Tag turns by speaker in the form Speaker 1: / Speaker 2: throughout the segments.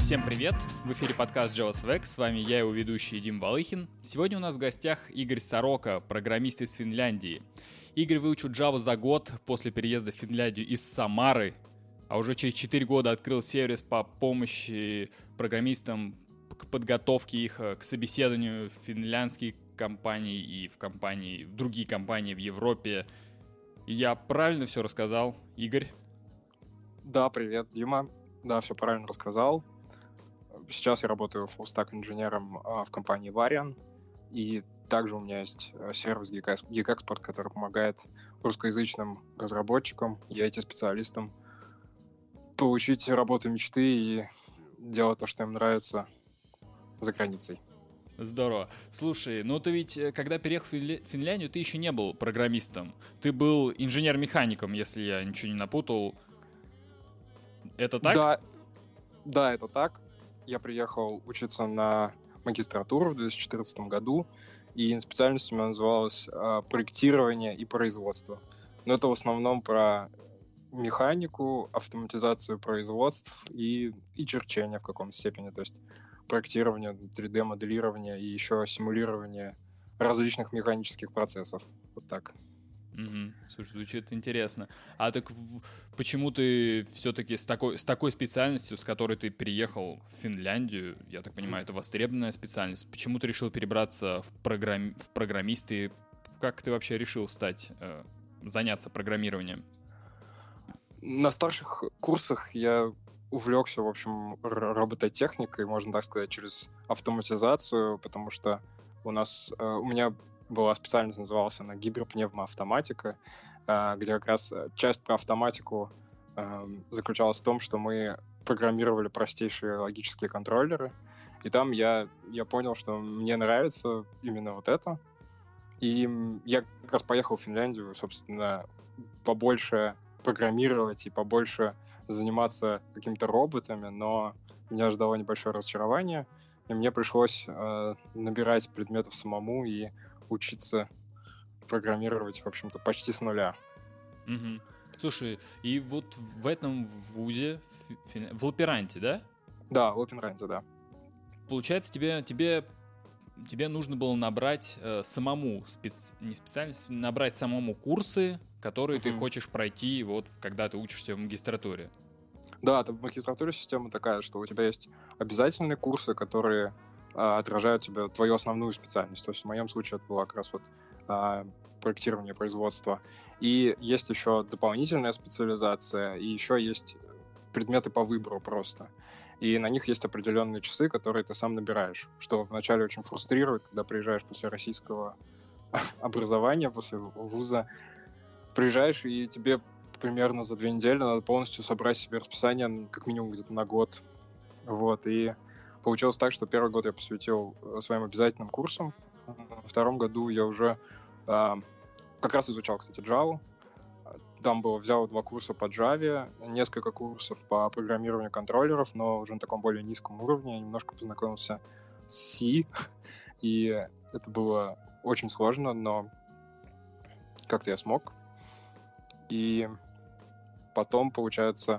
Speaker 1: Всем привет! В эфире подкаст JavaSwag, с вами я, его ведущий Дим Балыхин. Сегодня у нас в гостях Игорь Сорока, программист из Финляндии. Игорь выучил Java за год после переезда в Финляндию из Самары, а уже через 4 года открыл сервис по помощи программистам к подготовке их к собеседованию в финляндские компании и в другие компании в Европе. Я правильно все рассказал, Игорь?
Speaker 2: Да, привет, Дима. Да, все правильно рассказал. Сейчас я работаю фуллстак-инженером в компании Varian, и также у меня есть сервис GeekExpert, который помогает русскоязычным разработчикам и IT-специалистам получить работу мечты и делать то, что им нравится за границей.
Speaker 1: Здорово. Слушай, ну ты ведь, когда переехал в Финляндию, ты еще не был программистом. Ты был инженер-механиком, если я ничего не напутал. Это так?
Speaker 2: Да, это так. Я приехал учиться на магистратуру в 2014 году, и специальность у меня называлась проектирование и производство. Но это в основном про механику, автоматизацию производств и черчение в каком-то степени, то есть проектирование, 3D-моделирование и еще симулирование различных механических процессов. Вот так.
Speaker 1: Угу. Слушай, звучит интересно. А так почему ты все-таки с такой специальностью, с которой ты переехал в Финляндию, я так понимаю, это востребованная специальность, почему ты решил перебраться в программисты? Как ты вообще решил заняться программированием?
Speaker 2: На старших курсах я увлекся, в общем, робототехникой, можно так сказать, через автоматизацию, потому что у меня была специальность, называлась она гиперпневмоавтоматика, где как раз часть про автоматику заключалась в том, что мы программировали простейшие логические контроллеры, и там я понял, что мне нравится именно вот это, и я как раз поехал в Финляндию, собственно, побольше программировать и побольше заниматься какими-то роботами, но меня ждало небольшое разочарование, и мне пришлось набирать предметов самому и учиться программировать, в общем-то, почти с нуля.
Speaker 1: Угу. Слушай, и вот в этом вузе, в Лаперанте, да?
Speaker 2: Да, в Лаперанте, да.
Speaker 1: Получается, тебе нужно было набрать набрать самому курсы, которые ты хочешь пройти, вот, когда ты учишься в магистратуре.
Speaker 2: Да, в магистратуре система такая, что у тебя есть обязательные курсы, которые отражают тебя, твою основную специальность. То есть в моем случае это была как раз проектирование производства. И есть еще дополнительная специализация, и еще есть предметы по выбору просто. И на них есть определенные часы, которые ты сам набираешь, что вначале очень фрустрирует, когда приезжаешь после российского образования, после вуза, приезжаешь, и тебе примерно за 2 недели надо полностью собрать себе расписание как минимум где-то на год. Вот, и получилось так, что первый год я посвятил своим обязательным курсам. На втором году я уже как раз изучал, кстати, Java. Там взял 2 курса по Java, несколько курсов по программированию контроллеров, но уже на таком более низком уровне. Я немножко познакомился с C, и это было очень сложно, но как-то я смог. И потом, получается,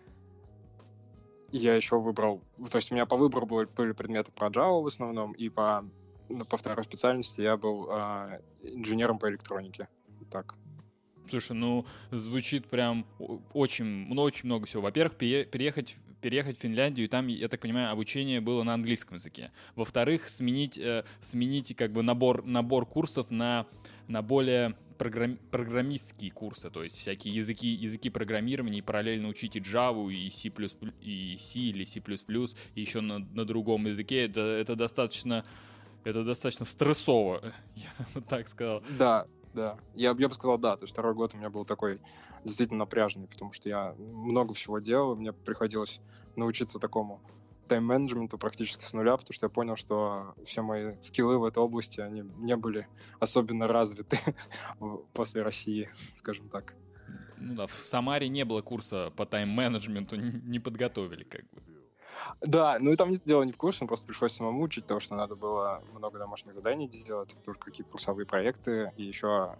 Speaker 2: я еще выбрал... То есть у меня по выбору были предметы про Java в основном, и по второй специальности я был инженером по электронике. Так.
Speaker 1: Слушай, ну, звучит прям очень много всего. Во-первых, переехать в Финляндию, и там, я так понимаю, обучение было на английском языке. Во-вторых, сменить как бы набор курсов на более программистские курсы, то есть всякие языки программирования, и параллельно учить и Java, и C++, и C или C++, и еще на другом языке. Это достаточно стрессово, я бы так сказал.
Speaker 2: Да. Я бы сказал, да. То есть второй год у меня был такой действительно напряженный, потому что я много всего делал, и мне приходилось научиться такому тайм-менеджменту практически с нуля, потому что я понял, что все мои скиллы в этой области, они не были особенно развиты после России, скажем так.
Speaker 1: Ну да, в Самаре не было курса по тайм-менеджменту, не подготовили как бы.
Speaker 2: Да, ну и там дело не в курсе, просто пришлось самому учить, потому что надо было много домашних заданий делать, тоже какие-то курсовые проекты, и еще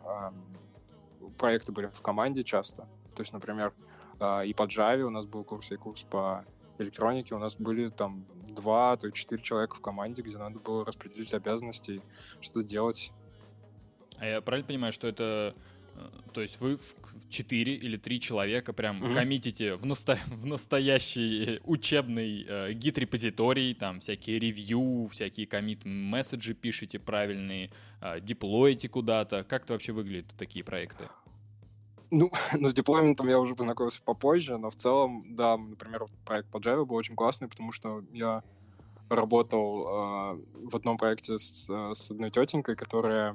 Speaker 2: проекты были в команде часто. То есть, например, и по Java у нас был курс, и курс по электроники у нас были там 2, то есть 4 человека в команде, где надо было распределить обязанности, что-то делать.
Speaker 1: А я правильно понимаю, что это... То есть вы 4 или 3 человека прям коммитите в настоящий учебный гид-репозиторий, там всякие ревью, всякие коммит-месседжи пишете правильные, деплоите куда-то. Как это вообще выглядит, такие проекты?
Speaker 2: Ну, с деплойментом я уже познакомился попозже, но в целом, да, например, проект по Java был очень классный, потому что я работал в одном проекте с одной тетенькой, которая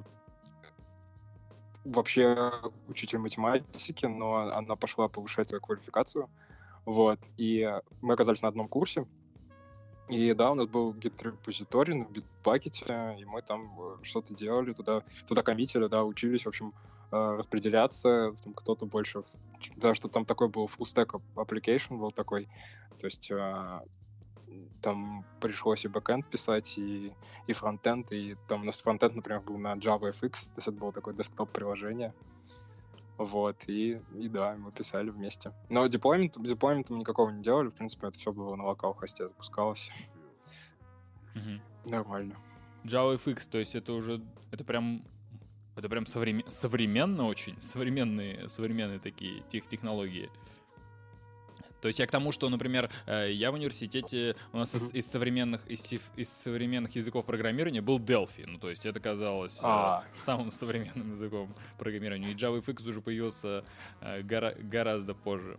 Speaker 2: вообще учитель математики, но она пошла повышать свою квалификацию, вот, и мы оказались на одном курсе, и да, у нас был гид-репозиторий на Bitbucket, и мы там что-то делали, туда коммитили, да, учились, в общем, распределяться, там кто-то больше, да, что там такой был full-stack application был такой, то есть там пришлось и бэкэнд писать, и фронтенд, и там у нас фронтенд, например, был на JavaFX, то есть это было такое десктоп-приложение. Вот, и да, мы писали вместе. Но деплойментом никакого не делали, в принципе, это все было на локал-хосте, запускалось. Нормально.
Speaker 1: JavaFX, то есть это прям современно очень, современные такие технологии. То есть я к тому, что, например, я в университете, у нас из современных языков программирования был Delphi. Ну, то есть это казалось самым современным языком программирования. И JavaFX уже появился гораздо позже.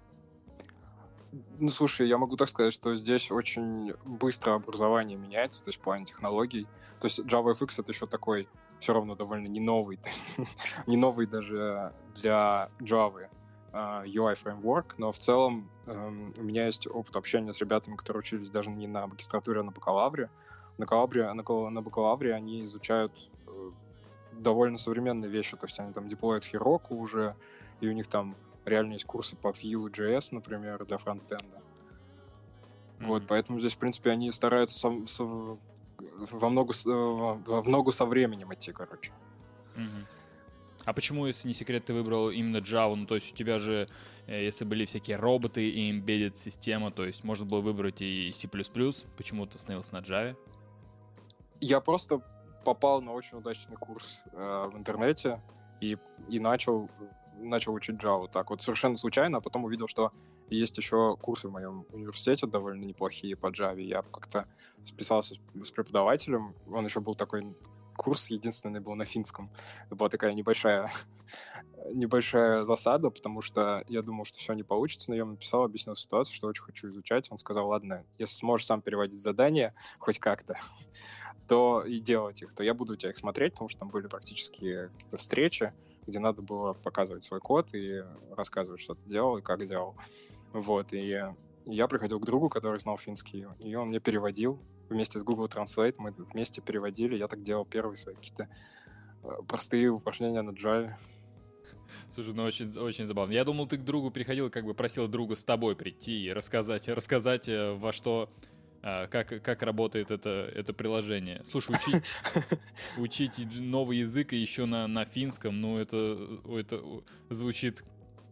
Speaker 2: Ну, слушай, я могу так сказать, что здесь очень быстро образование меняется, то есть в плане технологий. То есть JavaFX — это еще такой, все равно довольно не новый даже для Java. UI фреймворк, но в целом у меня есть опыт общения с ребятами, которые учились даже не на магистратуре, а на бакалавре. На бакалавре они изучают довольно современные вещи, то есть они там деплоят Heroku уже, и у них там реально есть курсы по Vue.js, например, для фронтенда. Вот, поэтому здесь, в принципе, они стараются во ногу со временем идти, короче.
Speaker 1: А почему, если не секрет, ты выбрал именно Java? Ну, то есть у тебя же, если были всякие роботы и embedded система, то есть можно было выбрать и C++, почему ты остановился на Java?
Speaker 2: Я просто попал на очень удачный курс в интернете и начал учить Java так вот совершенно случайно, а потом увидел, что есть еще курсы в моем университете довольно неплохие по Java. Я как-то списался с преподавателем, он еще был такой... Курс единственный был на финском. Это была такая небольшая засада, потому что я думал, что все не получится, но я ему написал, объяснил ситуацию, что очень хочу изучать. Он сказал: ладно, если сможешь сам переводить задания хоть как-то, то и делать их, то я буду у тебя их смотреть, потому что там были практически какие-то встречи, где надо было показывать свой код и рассказывать, что ты делал и как делал. Вот, и я приходил к другу, который знал финский, и он мне переводил. Вместе с Google Translate мы вместе переводили. Я так делал первые свои какие-то простые упражнения на Java.
Speaker 1: Слушай, ну очень, очень забавно. Я думал, ты к другу приходил, как бы просил друга с тобой прийти и рассказать во что, как работает это приложение. Слушай, учить новый язык и еще на финском, ну это звучит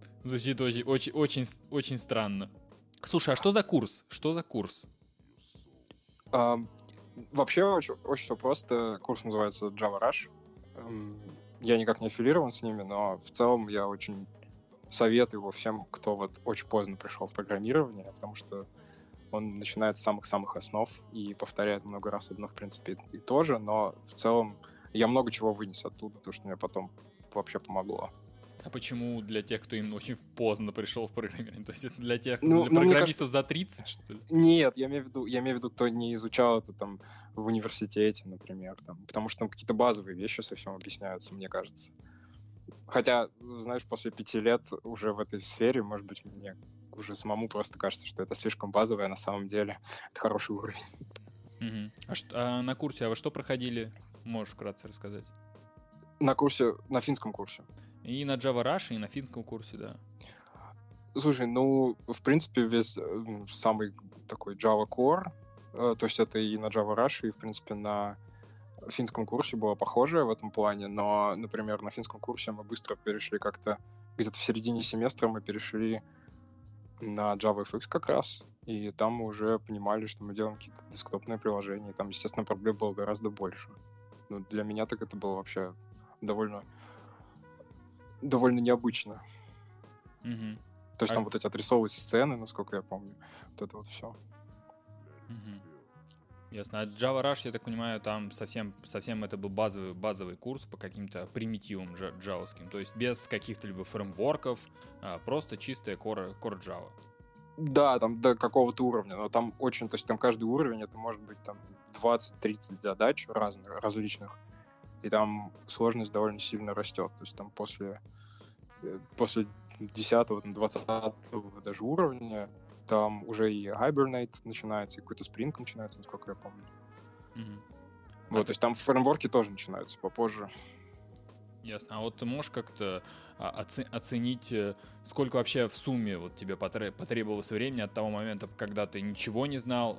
Speaker 1: очень странно. Слушай, а что за курс?
Speaker 2: Вообще очень все просто. Курс называется Java Rush. Я никак не аффилирован с ними, но в целом я очень советую его всем, кто вот очень поздно пришел в программирование, потому что он начинает с самых-самых основ и повторяет много раз одно, в принципе, и то же, но в целом я много чего вынес оттуда, то, что мне потом вообще помогло.
Speaker 1: А почему для тех, кто им очень поздно пришел в программирование? То есть это для тех, для программистов за 30, что ли?
Speaker 2: Нет, я имею в виду, кто не изучал это там в университете, например, там, потому что там какие-то базовые вещи совсем объясняются, мне кажется. Хотя, знаешь, после 5 лет уже в этой сфере, может быть, мне уже самому просто кажется, что это слишком базовое, а на самом деле это хороший уровень.
Speaker 1: А на курсе, вы что проходили? Можешь вкратце рассказать?
Speaker 2: На финском курсе.
Speaker 1: И на Java Rush, и на финском курсе, да.
Speaker 2: Слушай, ну, в принципе, весь самый такой Java Core, то есть это и на Java Rush, и, в принципе, на финском курсе было похоже в этом плане, но, например, на финском курсе мы быстро перешли как-то, где-то в середине семестра мы перешли на JavaFX как раз, и там мы уже понимали, что мы делаем какие-то десктопные приложения, и там, естественно, проблем было гораздо больше. Но для меня так это было вообще довольно необычно.
Speaker 1: Мгм.
Speaker 2: То есть
Speaker 1: А-
Speaker 2: там вот эти отрисовывать сцены, насколько я помню, вот это вот все.
Speaker 1: Мгм. Ясно. А Java Rush, я так понимаю, там совсем это был базовый курс по каким-то примитивам джавовским, то есть без каких-то либо фреймворков, просто чистая core Java.
Speaker 2: Да, там до какого-то уровня, но там очень, то есть там каждый уровень, это может быть там 20-30 задач различных, и там сложность довольно сильно растет. То есть там после 10-го, 20-го даже уровня там уже и Hibernate начинается, и какой-то Spring начинается, насколько я помню.
Speaker 1: Мгм.
Speaker 2: Вот, то есть там фреймворки тоже начинаются попозже.
Speaker 1: Ясно. А вот ты можешь как-то оценить, сколько вообще в сумме вот тебе потребовалось времени от того момента, когда ты ничего не знал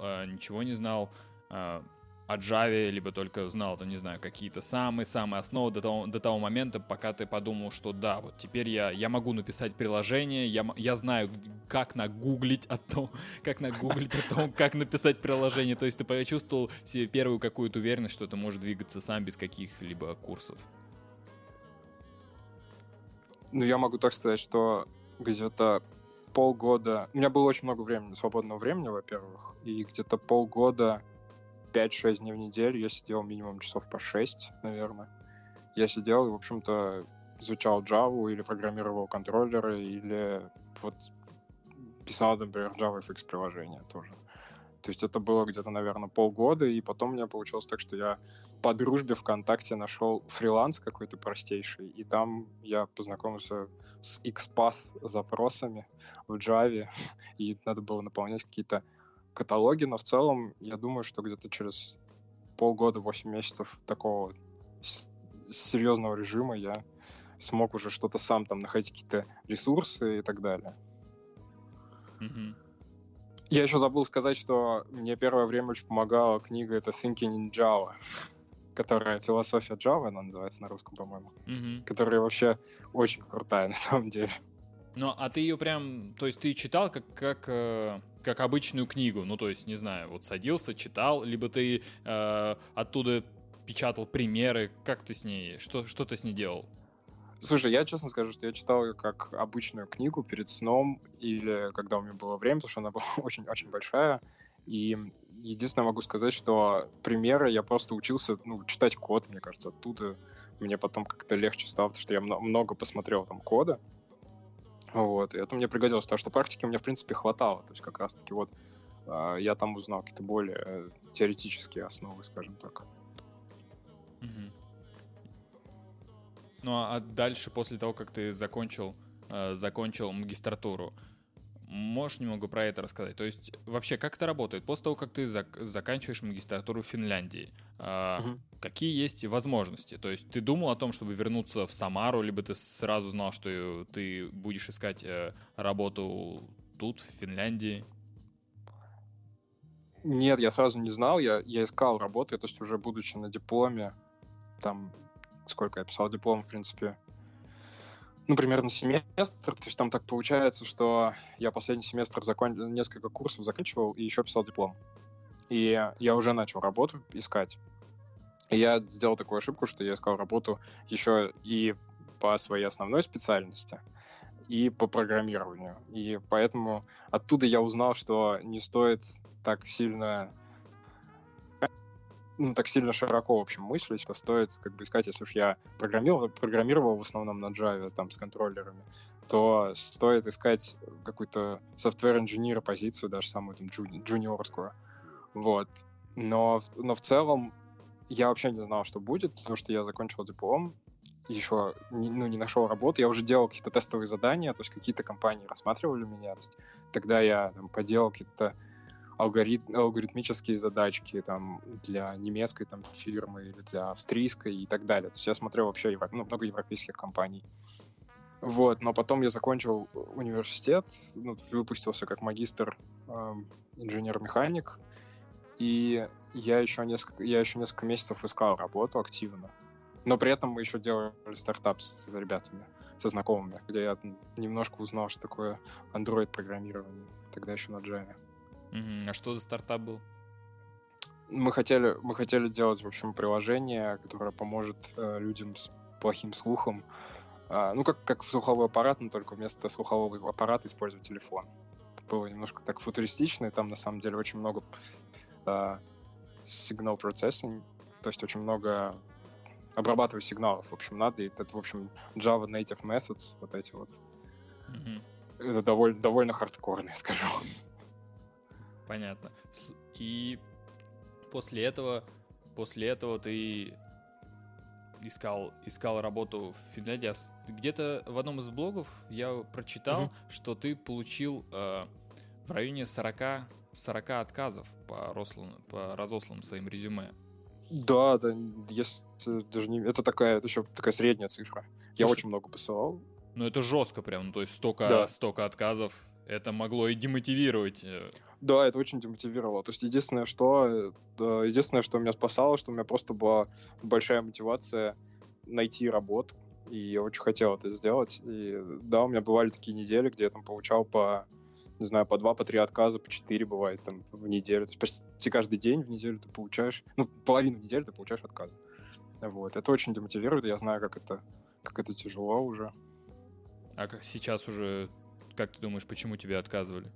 Speaker 1: о Java, либо только знал, там, не знаю, какие-то самые-самые основы до того момента, пока ты подумал, что да, вот теперь я могу написать приложение, я знаю, как нагуглить о том, как написать приложение. То есть ты почувствовал себе первую какую-то уверенность, что ты можешь двигаться сам без каких-либо курсов.
Speaker 2: Ну, я могу так сказать, что где-то полгода... У меня было очень много времени, свободного времени, во-первых, и где-то полгода, 5-6 дней в неделю я сидел минимум часов по 6, наверное. Я сидел и, в общем-то, изучал Java или программировал контроллеры, или вот писал, например, JavaFX приложения тоже. То есть это было где-то, наверное, полгода, и потом у меня получилось так, что я по дружбе ВКонтакте нашел фриланс какой-то простейший, и там я познакомился с XPath запросами в Java, и надо было наполнять какие-то каталоги, но в целом я думаю, что где-то через полгода, 8 месяцев такого серьезного режима я смог уже что-то сам там находить, какие-то ресурсы и так далее.
Speaker 1: Мгм.
Speaker 2: Я еще забыл сказать, что мне первое время очень помогала книга, это Thinking in Java, которая «Философия Java», она называется на русском, по-моему,
Speaker 1: Мгм.
Speaker 2: которая вообще очень крутая на самом деле.
Speaker 1: Ну, а ты ее прям, то есть ты читал как обычную книгу, ну, то есть, не знаю, вот садился, читал, либо ты оттуда печатал примеры, как ты с ней, что ты с ней делал?
Speaker 2: Слушай, я честно скажу, что я читал ее как обычную книгу перед сном или когда у меня было время, потому что она была очень-очень большая. И единственное могу сказать, что примеры я просто учился читать код, мне кажется, оттуда мне потом как-то легче стало, потому что я много посмотрел там кода. Вот, и это мне пригодилось, потому что практики мне, в принципе, хватало. То есть как раз-таки вот я там узнал какие-то более теоретические основы, скажем так.
Speaker 1: Мгм. Ну, а дальше, после того, как ты закончил магистратуру, можешь немного про это рассказать? То есть, вообще, как это работает? После того, как ты заканчиваешь магистратуру в Финляндии,
Speaker 2: Мгм.
Speaker 1: какие есть возможности? То есть, ты думал о том, чтобы вернуться в Самару, либо ты сразу знал, что ты будешь искать работу тут, в Финляндии?
Speaker 2: Нет, я сразу не знал, я искал работу, то есть уже будучи на дипломе, там, сколько я писал диплом, в принципе, примерно семестр, то есть там так получается, что я последний семестр несколько курсов заканчивал и еще писал диплом. И я уже начал работу искать. И я сделал такую ошибку, что я искал работу еще и по своей основной специальности, и по программированию. И поэтому оттуда я узнал, что не стоит так сильно широко, в общем, мыслить, что стоит как бы искать, если уж я программировал в основном на Java, там, с контроллерами, то стоит искать какую-то software-инженера позицию, даже самую там джуниорскую. Вот. Но в целом я вообще не знал, что будет, потому что я закончил диплом, еще не нашел работу, я уже делал какие-то тестовые задания, то есть какие-то компании рассматривали меня, то есть тогда я там поделал какие-то алгоритмические задачки там для немецкой там фирмы или для австрийской и так далее. То есть я смотрел вообще много европейских компаний. Вот, но потом я закончил университет, выпустился как магистр инженер-механик, и я еще несколько месяцев искал работу активно. Но при этом мы еще делали стартап с ребятами, со знакомыми, где я немножко узнал, что такое Android-программирование, тогда еще на Java.
Speaker 1: А что за стартап был?
Speaker 2: Мы хотели делать, в общем, приложение, которое поможет людям с плохим слухом. Как слуховой аппарат, но только вместо слухового аппарата использовать телефон. Это было немножко так футуристично, и там на самом деле очень много signal processing, то есть очень много обрабатывать сигналов, в общем, надо. И это, в общем, Java Native Methods, вот эти вот. Это довольно хардкорно, я скажу.
Speaker 1: Понятно. И после этого ты искал работу в Финляндии. Где-то в одном из блогов я прочитал, что ты получил в районе 40 отказов по разосланным своим резюме.
Speaker 2: Да, если даже не... Это еще такая средняя цифра. Я очень много посылал.
Speaker 1: Ну, это жестко прям, то есть столько отказов. Это могло и демотивировать.
Speaker 2: Да, это очень демотивировало. То есть единственное, что меня спасало, что у меня просто была большая мотивация найти работу. И я очень хотел это сделать. И да, у меня бывали такие недели, где я там получал по 2, по 3 отказа, по 4 бывает там в неделю. То есть почти каждый день в неделю ты получаешь, половину недели ты получаешь отказы. Вот. Это очень демотивирует, я знаю, как это тяжело уже.
Speaker 1: А сейчас уже, как ты думаешь, почему тебе отказывали?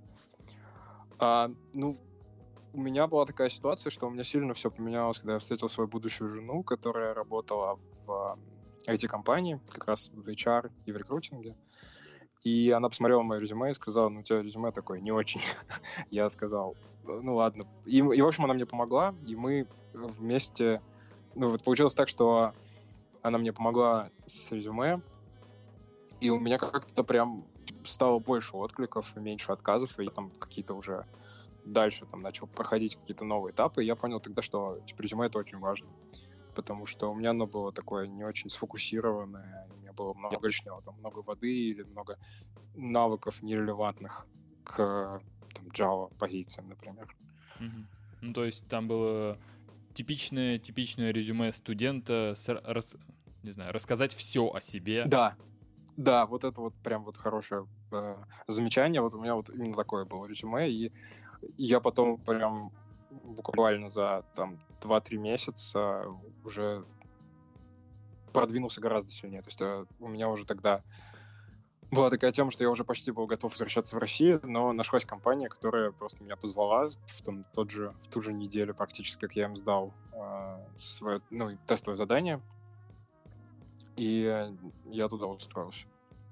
Speaker 2: У меня была такая ситуация, что у меня сильно все поменялось, когда я встретил свою будущую жену, которая работала в IT-компании, как раз в HR и в рекрутинге. И она посмотрела мое резюме и сказала, у тебя резюме такое не очень. Я сказал, ладно. И, в общем, она мне помогла, и мы вместе... получилось так, что она мне помогла с резюме, и у меня как-то прям стало больше откликов и меньше отказов, и я там какие-то уже дальше там начал проходить какие-то новые этапы, и я понял тогда, что резюме — это очень важно, потому что у меня оно было такое не очень сфокусированное, у меня было много лишнего, там много воды или много навыков нерелевантных к Java позициям, например.
Speaker 1: То есть там было типичное резюме студента, рассказать все о себе.
Speaker 2: Да, вот это вот прям вот хорошее замечание. Вот у меня вот именно такое было резюме, и я потом прям буквально за 2-3 месяца уже продвинулся гораздо сильнее. То есть у меня уже тогда была такая тема, что я уже почти был готов возвращаться в Россию, но нашлась компания, которая просто меня позвала в ту же неделю практически, как я им сдал свое тестовое задание. И я туда устроился.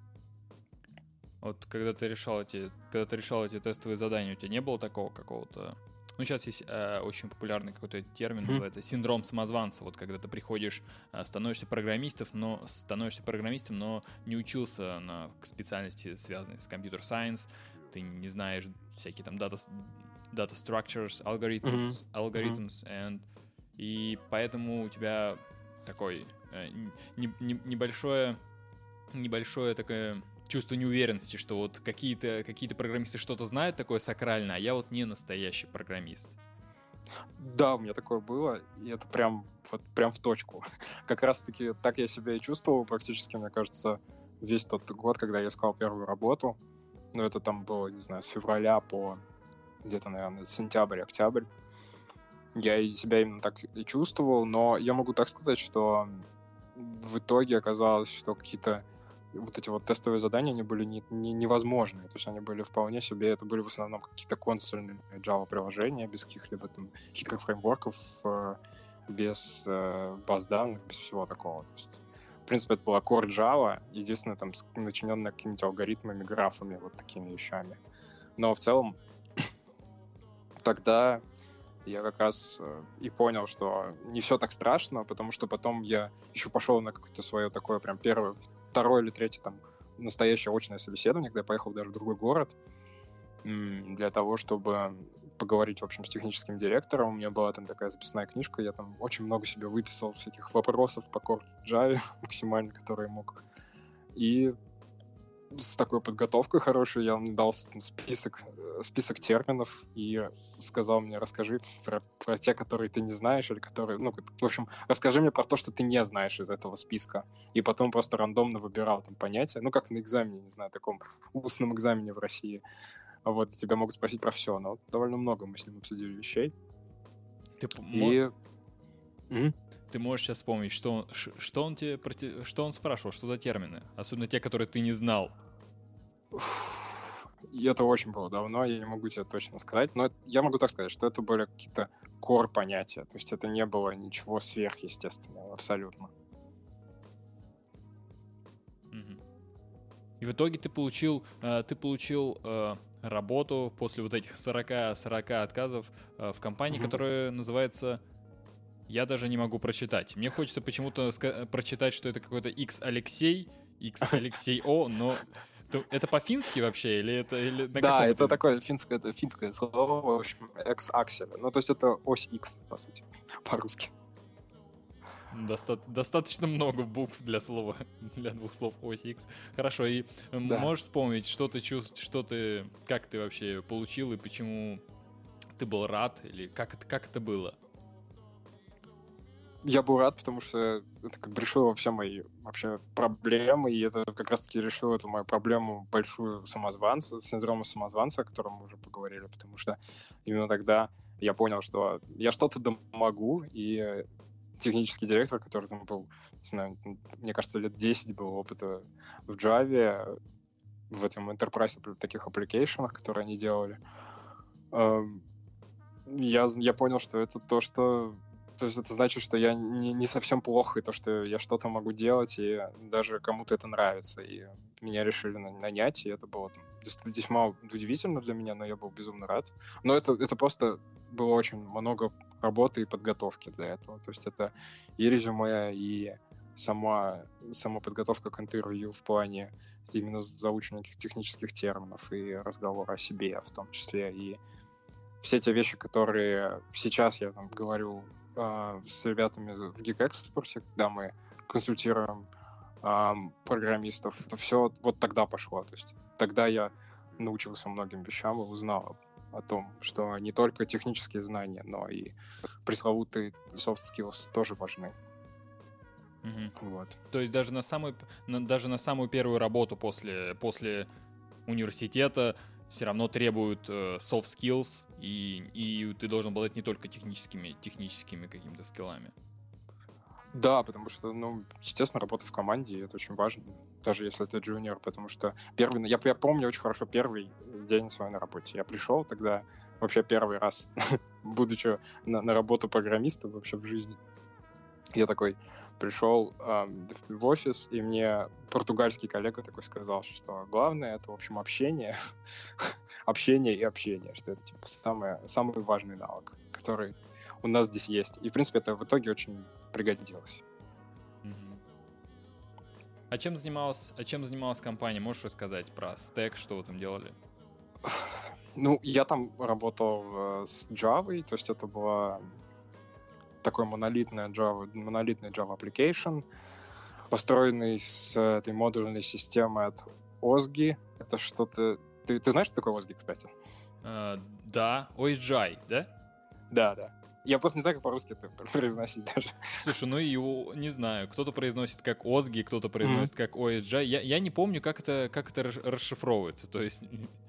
Speaker 1: Вот когда ты решал эти тестовые задания, у тебя не было такого какого-то... сейчас есть очень популярный какой-то термин, называется синдром самозванца. Вот когда ты приходишь, становишься программистом, но не учился на специальности, связанной с computer-science, ты не знаешь всякие там data structures, algorithms, и поэтому у тебя такой небольшое такое чувство неуверенности, что вот какие-то программисты что-то знают такое сакральное, а я вот не настоящий программист.
Speaker 2: Да, у меня такое было, и это прям в точку. Как раз-таки так я себя и чувствовал практически, мне кажется, весь тот год, когда я искал первую работу. Это там было, не знаю, с февраля по где-то, наверное, сентябрь-октябрь. Я себя именно так и чувствовал, но я могу так сказать, что в итоге оказалось, что какие-то вот эти вот тестовые задания, они были невозможные. То есть они были вполне себе, это были в основном какие-то консольные Java-приложения без каких-либо там хитрых фреймворков, без баз данных, без всего такого. То есть, в принципе, это была core Java, единственное, там, начиненная какими-то алгоритмами, графами, вот такими вещами. Но в целом тогда я как раз и понял, что не все так страшно, потому что потом я еще пошел на какое-то свое такое прям второе или третье там настоящее очное собеседование, когда я поехал даже в другой город для того, чтобы поговорить, в общем, с техническим директором. У меня была там такая записная книжка, я там очень много себе выписал всяких вопросов по Core Java максимально, которые мог. И с такой подготовкой хорошей, я мне дал список терминов и сказал мне, расскажи про те, которые ты не знаешь, или которые, ну, в общем, расскажи мне про то, что ты не знаешь из этого списка. И потом просто рандомно выбирал там понятия, ну, как на экзамене, не знаю, таком устном экзамене в России. Вот, тебя могут спросить про все, но довольно много мы с ним обсудили вещей.
Speaker 1: Ты можешь сейчас вспомнить, что он спрашивал, что за термины? Особенно те, которые ты не знал.
Speaker 2: И это очень было давно, я не могу тебе точно сказать, но я могу так сказать, что это были какие-то core-понятия, то есть это не было ничего сверхъестественного, абсолютно.
Speaker 1: И в итоге ты получил работу после вот этих 40 отказов в компании, которая называется... Я даже не могу прочитать. Мне хочется почему-то прочитать, что это какой-то X Алексей О, но это по-фински вообще?
Speaker 2: Да, это такое финское слово, в общем, X-аксель. Ну, то есть это ось X, по сути, по-русски.
Speaker 1: Достаточно много букв для двух слов ось X. Хорошо, и можешь вспомнить, что ты чувствуешь, как ты вообще получил и почему ты был рад, или как это было?
Speaker 2: Я был рад, потому что это как бы решило все мои вообще проблемы, и это как раз-таки решило эту мою проблему большую синдрома самозванца, о котором мы уже поговорили, потому что именно тогда я понял, что я что-то могу, и технический директор, который там был, не знаю, мне кажется, лет 10 было опыта в Java, в этом enterprise таких аппликейшенах, которые они делали, я понял, что это то есть это значит, что я не совсем плохо, и то, что я что-то могу делать, и даже кому-то это нравится. И меня решили нанять, и это было там весьма удивительно для меня, но я был безумно рад. Но это просто было очень много работы и подготовки для этого. То есть это и резюме, и сама подготовка к интервью в плане именно заучивания технических терминов и разговора о себе в том числе. И все те вещи, которые сейчас я там говорю с ребятами в Geek-экспорте, когда мы консультируем программистов, это все вот тогда пошло. То есть тогда я научился многим вещам и узнал о том, что не только технические знания, но и пресловутые soft skills тоже важны. Вот.
Speaker 1: То есть даже на самую первую работу после университета все равно требуют soft skills, и ты должен обладать не только техническими какими-то скиллами.
Speaker 2: Да, потому что, естественно, работа в команде, это очень важно, даже если ты джуниор, потому что я помню очень хорошо первый день свой на работе. Я пришел тогда вообще первый раз, будучи на работу программиста вообще в жизни. Я такой пришел в офис, и мне португальский коллега такой сказал, что главное — это, в общем, общение, общение и общение, что это, типа, самый важный навык, который у нас здесь есть. И, в принципе, это в итоге очень пригодилось.
Speaker 1: А чем занималась компания? Можешь рассказать про стек, что вы там делали?
Speaker 2: Я там работал с Java, то есть это была такой монолитный Java application, построенный с этой модульной системой от OSGI. Это что-то... Ты знаешь, что такое OSGI, кстати?
Speaker 1: Да, OSGI, да?
Speaker 2: Да. Я просто не знаю, как по-русски это произносить даже.
Speaker 1: Слушай, его не знаю. Кто-то произносит как OSGI, кто-то произносит как OSGI. Я не помню, как это расшифровывается. То есть...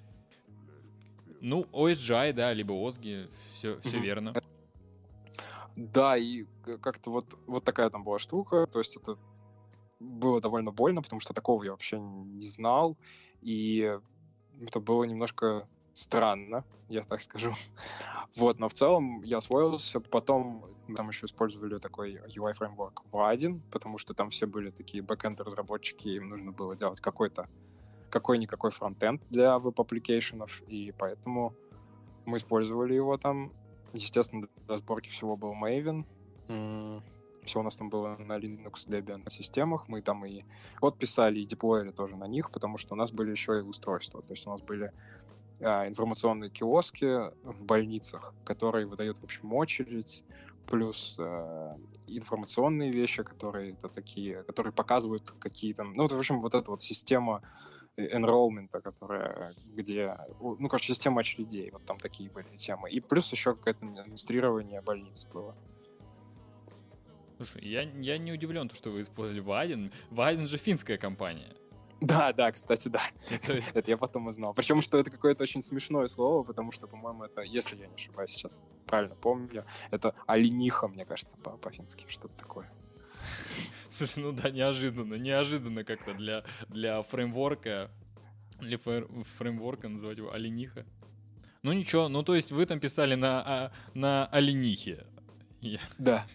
Speaker 1: OSGI, да, либо OSGI, все верно.
Speaker 2: Да, и как-то вот такая там была штука, то есть это было довольно больно, потому что такого я вообще не знал, и это было немножко странно, я так скажу. Вот, но в целом я освоился, потом мы там еще использовали такой UI-фреймворк V1, потому что там все были такие бэкэнд-разработчики, им нужно было делать какой-никакой фронтенд для веб-аппликейшенов, и поэтому мы использовали его там. Естественно, для сборки всего был Maven. Все у нас там было на Linux Debian системах. Мы там и код писали, и деплоили тоже на них, потому что у нас были еще и устройства. То есть у нас были информационные киоски в больницах, которые выдают, в общем, очередь плюс информационные вещи, которые показывают какие-то... Ну, в общем, вот эта вот система enrollment, которая, система очередей, вот там такие были темы. И плюс еще какое-то администрирование больниц было.
Speaker 1: Слушай, я не удивлен, что вы использовали Vaadin. Vaadin же финская компания.
Speaker 2: Да, кстати, да. Это я потом узнал. Причем, что это какое-то очень смешное слово, потому что, по-моему, это, если я не ошибаюсь, сейчас правильно помню, это олениха, мне кажется, по-фински, что-то такое.
Speaker 1: Слушай, ну да, неожиданно как-то для фреймворка, называть его олениха. Ну ничего, ну то есть вы там писали на оленихе.
Speaker 2: Да.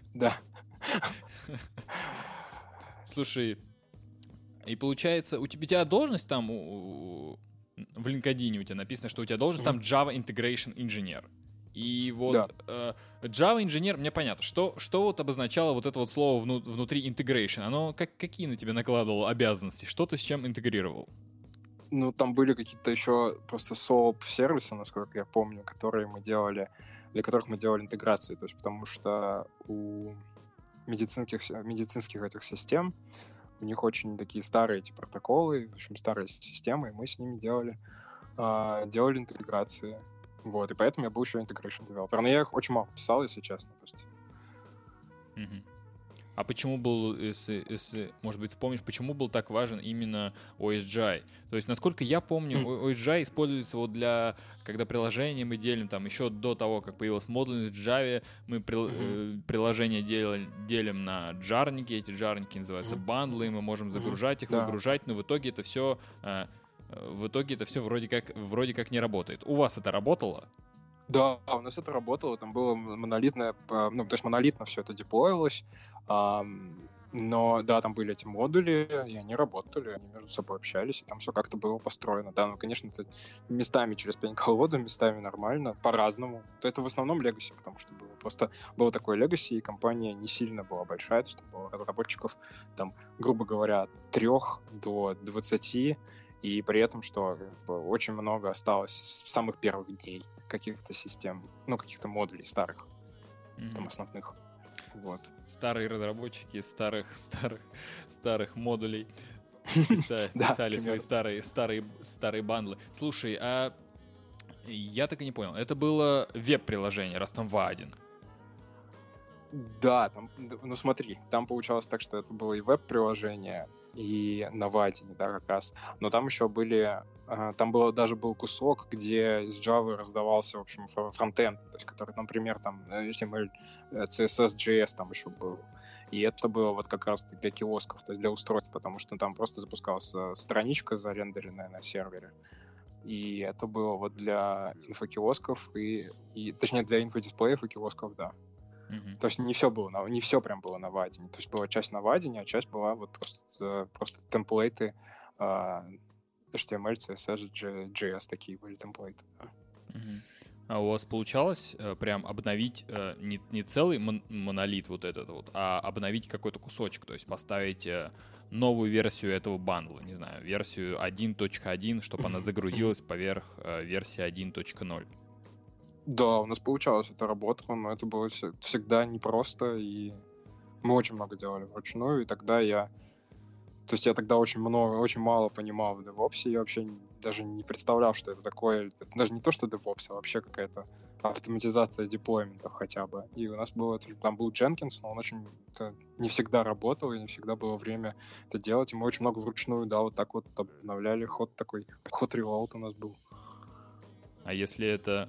Speaker 1: Слушай, и получается, у тебя должность там в LinkedIn у тебя написано, что у тебя должность там Java Integration Engineer. И вот Java Engineer, мне понятно, что вот обозначало вот это вот слово внутри integration? Оно какие на тебя накладывало обязанности? Что ты с чем интегрировал?
Speaker 2: Ну, там были какие-то еще просто SOAP-сервисы, насколько я помню, для которых мы делали интеграции. То есть потому что у медицинских этих систем у них очень такие старые эти протоколы, в общем, старые системы, и мы с ними делали интеграции. Вот, и поэтому я был еще integration developer. Но я их очень мало писал, если честно. То есть...
Speaker 1: А почему был, если, может быть, вспомнишь, почему был так важен именно OSGI? То есть, насколько я помню, OSGI используется вот когда приложение мы делим, там, еще до того, как появилась модульность в Java, мы приложение делим на джарники, эти джарники называются бандлы, мы можем загружать их, выгружать, но в итоге это все вроде как не работает. У вас это работало?
Speaker 2: Да, у нас это работало, там было монолитно все это деплоилось, но да, там были эти модули, и они работали, они между собой общались, и там все как-то было построено. Да, ну, конечно, это местами через пень-колоду, местами нормально, по-разному. Это в основном Legacy, потому что было такое Legacy, и компания не сильно была большая, то есть там было разработчиков, там, грубо говоря, от 3 до 20, и при этом, что очень много осталось с самых первых дней каких-то систем, каких-то модулей старых, там основных. Вот.
Speaker 1: Старые разработчики старых модулей писали свои старые бандлы. Слушай, а я так и не понял, это было веб-приложение, раз там Vaadin?
Speaker 2: Да, смотри, там получалось так, что это было и веб-приложение, и на Vaadin, да, как раз. Но там еще даже был кусок, где из Java раздавался, в общем, фронтенд, то есть, который, например, там HTML, CSS, JS там еще был. И это было вот как раз для киосков, то есть для устройств, потому что там просто запускалась страничка, зарендеренная на сервере. И это было вот для инфокиосков точнее, для инфодисплеев и киосков, да. То есть не все прям было на Vaadin. То есть была часть на Vaadin, а часть была вот просто темплейты HTML, CSS, JS такие были темплейты. Да.
Speaker 1: А у вас получалось прям обновить не целый монолит вот этот вот, а обновить какой-то кусочек, то есть поставить новую версию этого бандла, не знаю, версию 1.1, чтобы она загрузилась поверх версии 1.0?
Speaker 2: Да, у нас получалось, это работало, но это было всегда непросто, и мы очень много делали вручную, и тогда я тогда очень мало понимал в DevOps, я вообще даже не представлял, что это такое, это даже не то, что DevOps, а вообще какая-то автоматизация деплойментов хотя бы. И у нас там был Jenkins, но он не всегда работал, и не всегда было время это делать, и мы очень много вручную, да, вот так вот обновляли ход reload у нас был.
Speaker 1: А если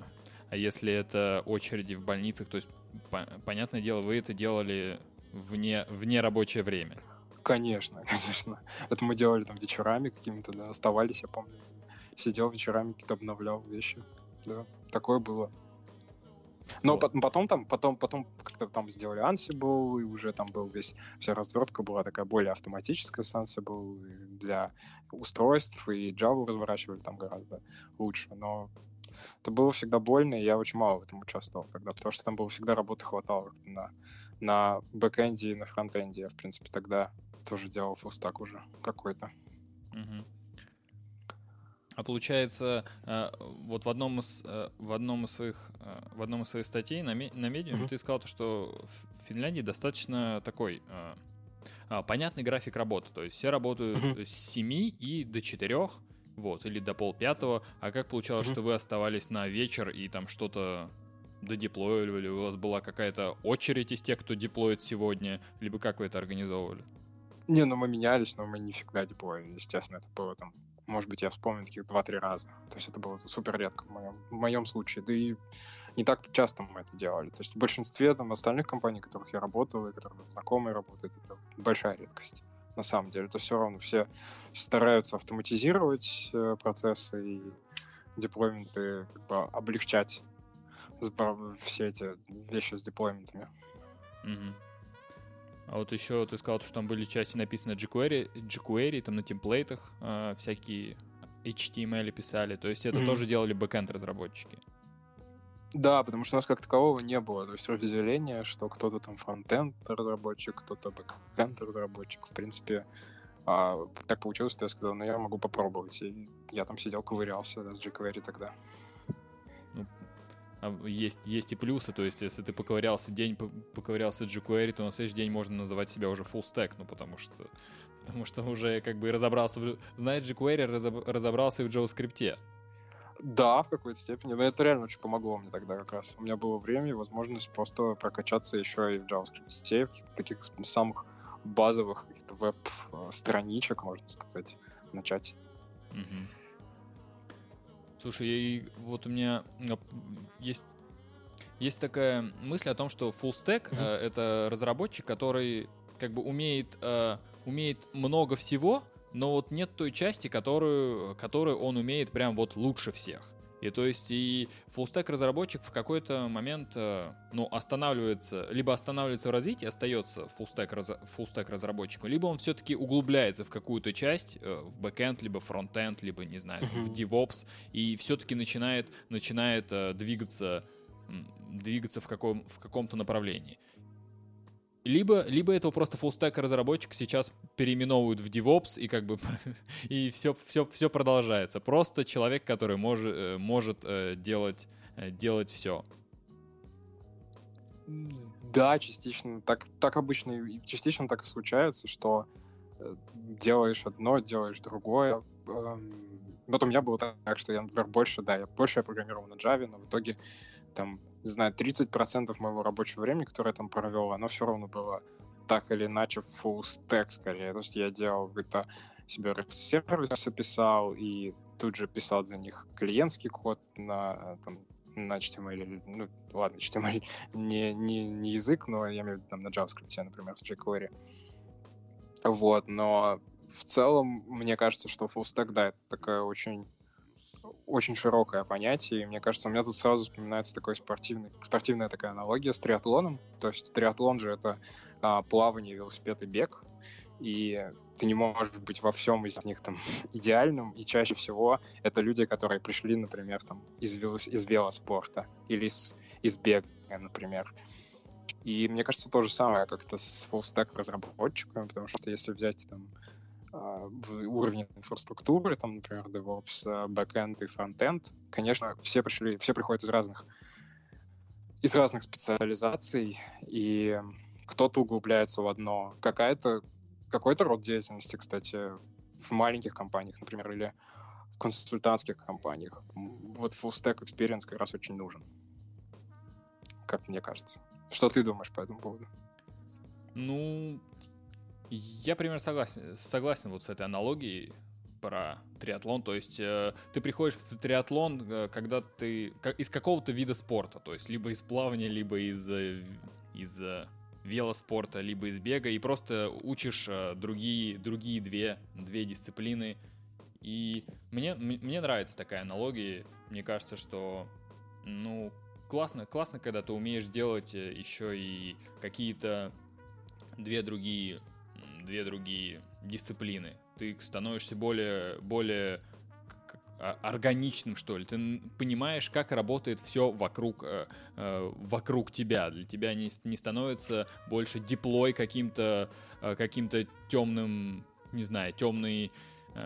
Speaker 1: это очереди в больницах, то есть, понятное дело, вы это делали вне рабочее время?
Speaker 2: Конечно. Это мы делали там вечерами какими-то, да, оставались, я помню. Сидел вечерами, какие-то обновлял вещи. Да, такое было. Но потом как-то там сделали Ansible, и уже там вся развертка была такая более автоматическая с Ansible для устройств, и Java разворачивали там гораздо лучше. Но это было всегда больно, и я очень мало в этом участвовал тогда, потому что там было всегда работы хватало на бэкэнде и на фронтенде. Я, в принципе, тогда тоже делал фуллстак уже какой-то.
Speaker 1: А получается, вот в одном из своих статей на Medium ты сказал, что в Финляндии достаточно такой понятный график работы. То есть все работают с 7 и до 4, вот, или до 4:30. А как получалось, что вы оставались на вечер и там что-то додеплоивали? У вас была какая-то очередь из тех, кто деплоит сегодня? Либо как вы это организовывали?
Speaker 2: Не, ну мы менялись, но мы не всегда деплоили. Естественно, это было там, может быть, я вспомню таких 2-3 раза. То есть это было супер редко в моем случае. Да и не так часто мы это делали. То есть в большинстве там остальных компаний, в которых я работал, и которые знакомые работают, это большая редкость. На самом деле, это все равно все стараются автоматизировать процессы и деплойменты, как бы облегчать все эти вещи с деплойментами.
Speaker 1: А вот еще ты сказал, что там были части написаны jQuery, там на темплейтах всякие HTML писали. То есть это тоже делали бэкэнд-разработчики?
Speaker 2: Да, потому что у нас как такового не было. То есть разделения, что кто-то там фронтенд-разработчик, кто-то бэкэнд-разработчик. В принципе, так получилось, что я сказал, ну я могу попробовать. И я там сидел, ковырялся с jQuery тогда.
Speaker 1: Есть и плюсы, то есть если ты поковырялся jQuery, то на следующий день можно называть себя уже full stack, ну потому что уже как бы разобрался, знает jQuery, разобрался и в JavaScript.
Speaker 2: Да, в какой-то степени, но это реально очень помогло мне тогда как раз. У меня было время и возможность просто прокачаться еще и в JavaScript, в таких самых базовых каких-то веб-страничек, можно сказать, начать.
Speaker 1: Слушай, вот у меня есть такая мысль о том, что full stack это разработчик, который как бы умеет много всего, но вот нет той части, которую он умеет прям вот лучше всех. И то есть и full-stack разработчик в какой-то момент останавливается в развитии, остается full-stack разработчиком, либо он все-таки углубляется в какую-то часть, в бэкэнд, либо фронтенд, либо, не знаю, в DevOps, и все-таки начинает двигаться в каком-то направлении. Либо этого просто фуллстек разработчик сейчас переименовывают в DevOps, и как бы и все продолжается. Просто человек, который может делать все.
Speaker 2: Да, частично так обычно, и частично так и случается, что делаешь одно, делаешь другое. Вот у меня было так, что я, например, больше я программировал на Java, но в итоге там, не знаю, 30% моего рабочего времени, которое я там провел, оно все равно было так или иначе full stack скорее. То есть я делал какой-то себе сервисы писал, и тут же писал для них клиентский код на HTML, ну ладно, HTML не язык, но я имею в виду там на JavaScript, например, с jQuery. Вот, но в целом мне кажется, что full stack, да, это такая очень широкое понятие, и мне кажется, у меня тут сразу вспоминается такой спортивная такая аналогия с триатлоном. То есть триатлон же это плавание, велосипед и бег, и ты не можешь быть во всем из них там идеальным, и чаще всего это люди, которые пришли, например, там из велоспорта или из бега, например. И мне кажется, то же самое как-то с full-stack разработчиками, потому что если взять там уровень инфраструктуры, там, например, DevOps, backend и frontend, конечно, все приходят из разных специализаций, и кто-то углубляется в одно. Какой-то род деятельности, кстати, в маленьких компаниях, например, или в консультантских компаниях. Вот full stack experience как раз очень нужен, как мне кажется. Что ты думаешь по этому поводу?
Speaker 1: Ну, я примерно согласен вот с этой аналогией про триатлон. То есть ты приходишь в триатлон, когда ты из какого-то вида спорта, то есть либо из плавания, либо из велоспорта, либо из бега, и просто учишь другие две дисциплины. И мне нравится такая аналогия. Мне кажется, что классно, когда ты умеешь делать еще и какие-то две другие дисциплины. Ты становишься более органичным, что ли. Ты понимаешь, как работает все вокруг тебя. Для тебя не становится больше диплой каким-то темным, не знаю,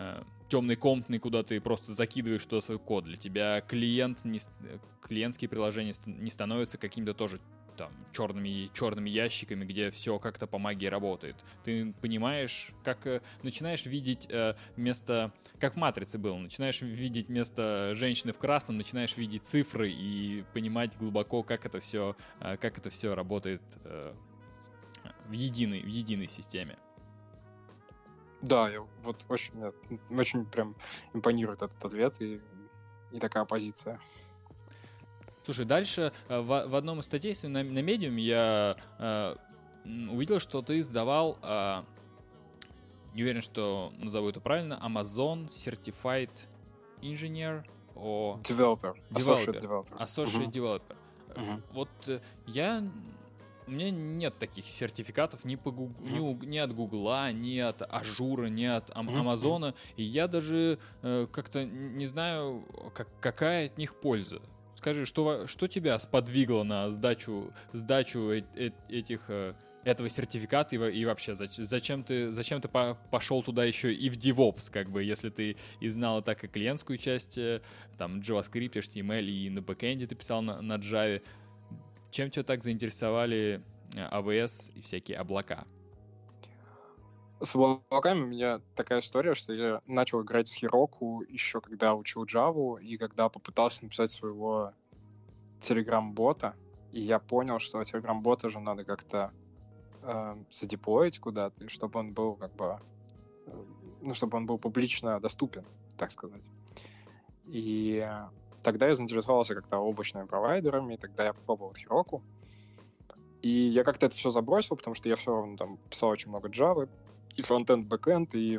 Speaker 1: темной комнатной, куда ты просто закидываешь туда свой код. Для тебя клиентские приложения не становятся какими-то тоже там черными ящиками, где все как-то по магии работает. Ты понимаешь, как начинаешь видеть вместо, как в «Матрице» было, начинаешь видеть вместо женщины в красном, начинаешь видеть цифры и понимать глубоко, как это все работает в единой системе.
Speaker 2: Да, я вот очень прям импонирует этот ответ и такая позиция.
Speaker 1: Слушай, дальше в одном из статей на Medium я увидел, что ты сдавал, не уверен, что назову это правильно, Amazon Certified Engineer
Speaker 2: Developer. Associate Developer.
Speaker 1: Associate Developer. Вот у меня нет таких сертификатов ни от Гугла, ни от Ажура, ни от Амазона, и я даже как-то не знаю, какая от них польза. Скажи, что тебя сподвигло на сдачу этого сертификата и вообще зачем ты пошел туда еще и в DevOps, как бы, если ты и знал так и клиентскую часть, там JavaScript, HTML, и на бэкэнде ты писал на Java. Чем тебя так заинтересовали AWS и всякие облака?
Speaker 2: С облаками у меня такая история, что я начал играть с Heroku еще когда учил Java, и когда попытался написать своего Telegram-бота, и я понял, что Telegram-бота же надо как-то задеплоить куда-то, и чтобы он был чтобы он был публично доступен, так сказать. И тогда я заинтересовался как-то облачными провайдерами, и тогда я попробовал Heroku. И я как-то это все забросил, потому что я все равно там писал очень много Java, и фронтенд, бэкенд, и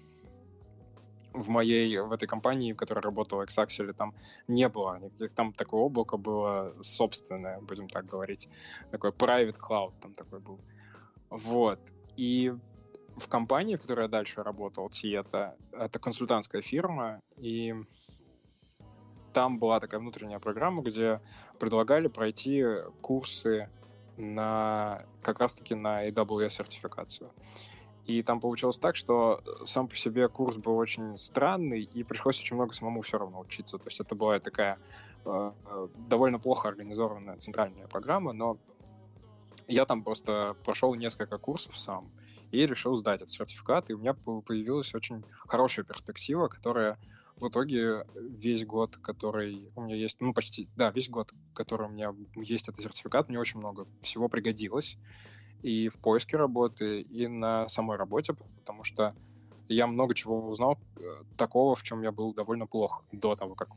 Speaker 2: в этой компании, в которой работал Xaxel, там не было, там такое облако было собственное, будем так говорить, такой private cloud там такой был. Вот. И в компании, в которой я дальше работал, это консультантская фирма, и там была такая внутренняя программа, где предлагали пройти курсы как раз-таки на AWS-сертификацию. И там получилось так, что сам по себе курс был очень странный, и пришлось очень много самому все равно учиться. То есть это была такая довольно плохо организованная центральная программа, но я там просто прошел несколько курсов сам и решил сдать этот сертификат, и у меня появилась очень хорошая перспектива, которая в итоге весь год, который у меня есть, весь год, который у меня есть этот сертификат, мне очень много всего пригодилось. И в поиске работы, и на самой работе, потому что я много чего узнал такого, в чем я был довольно плох до того, как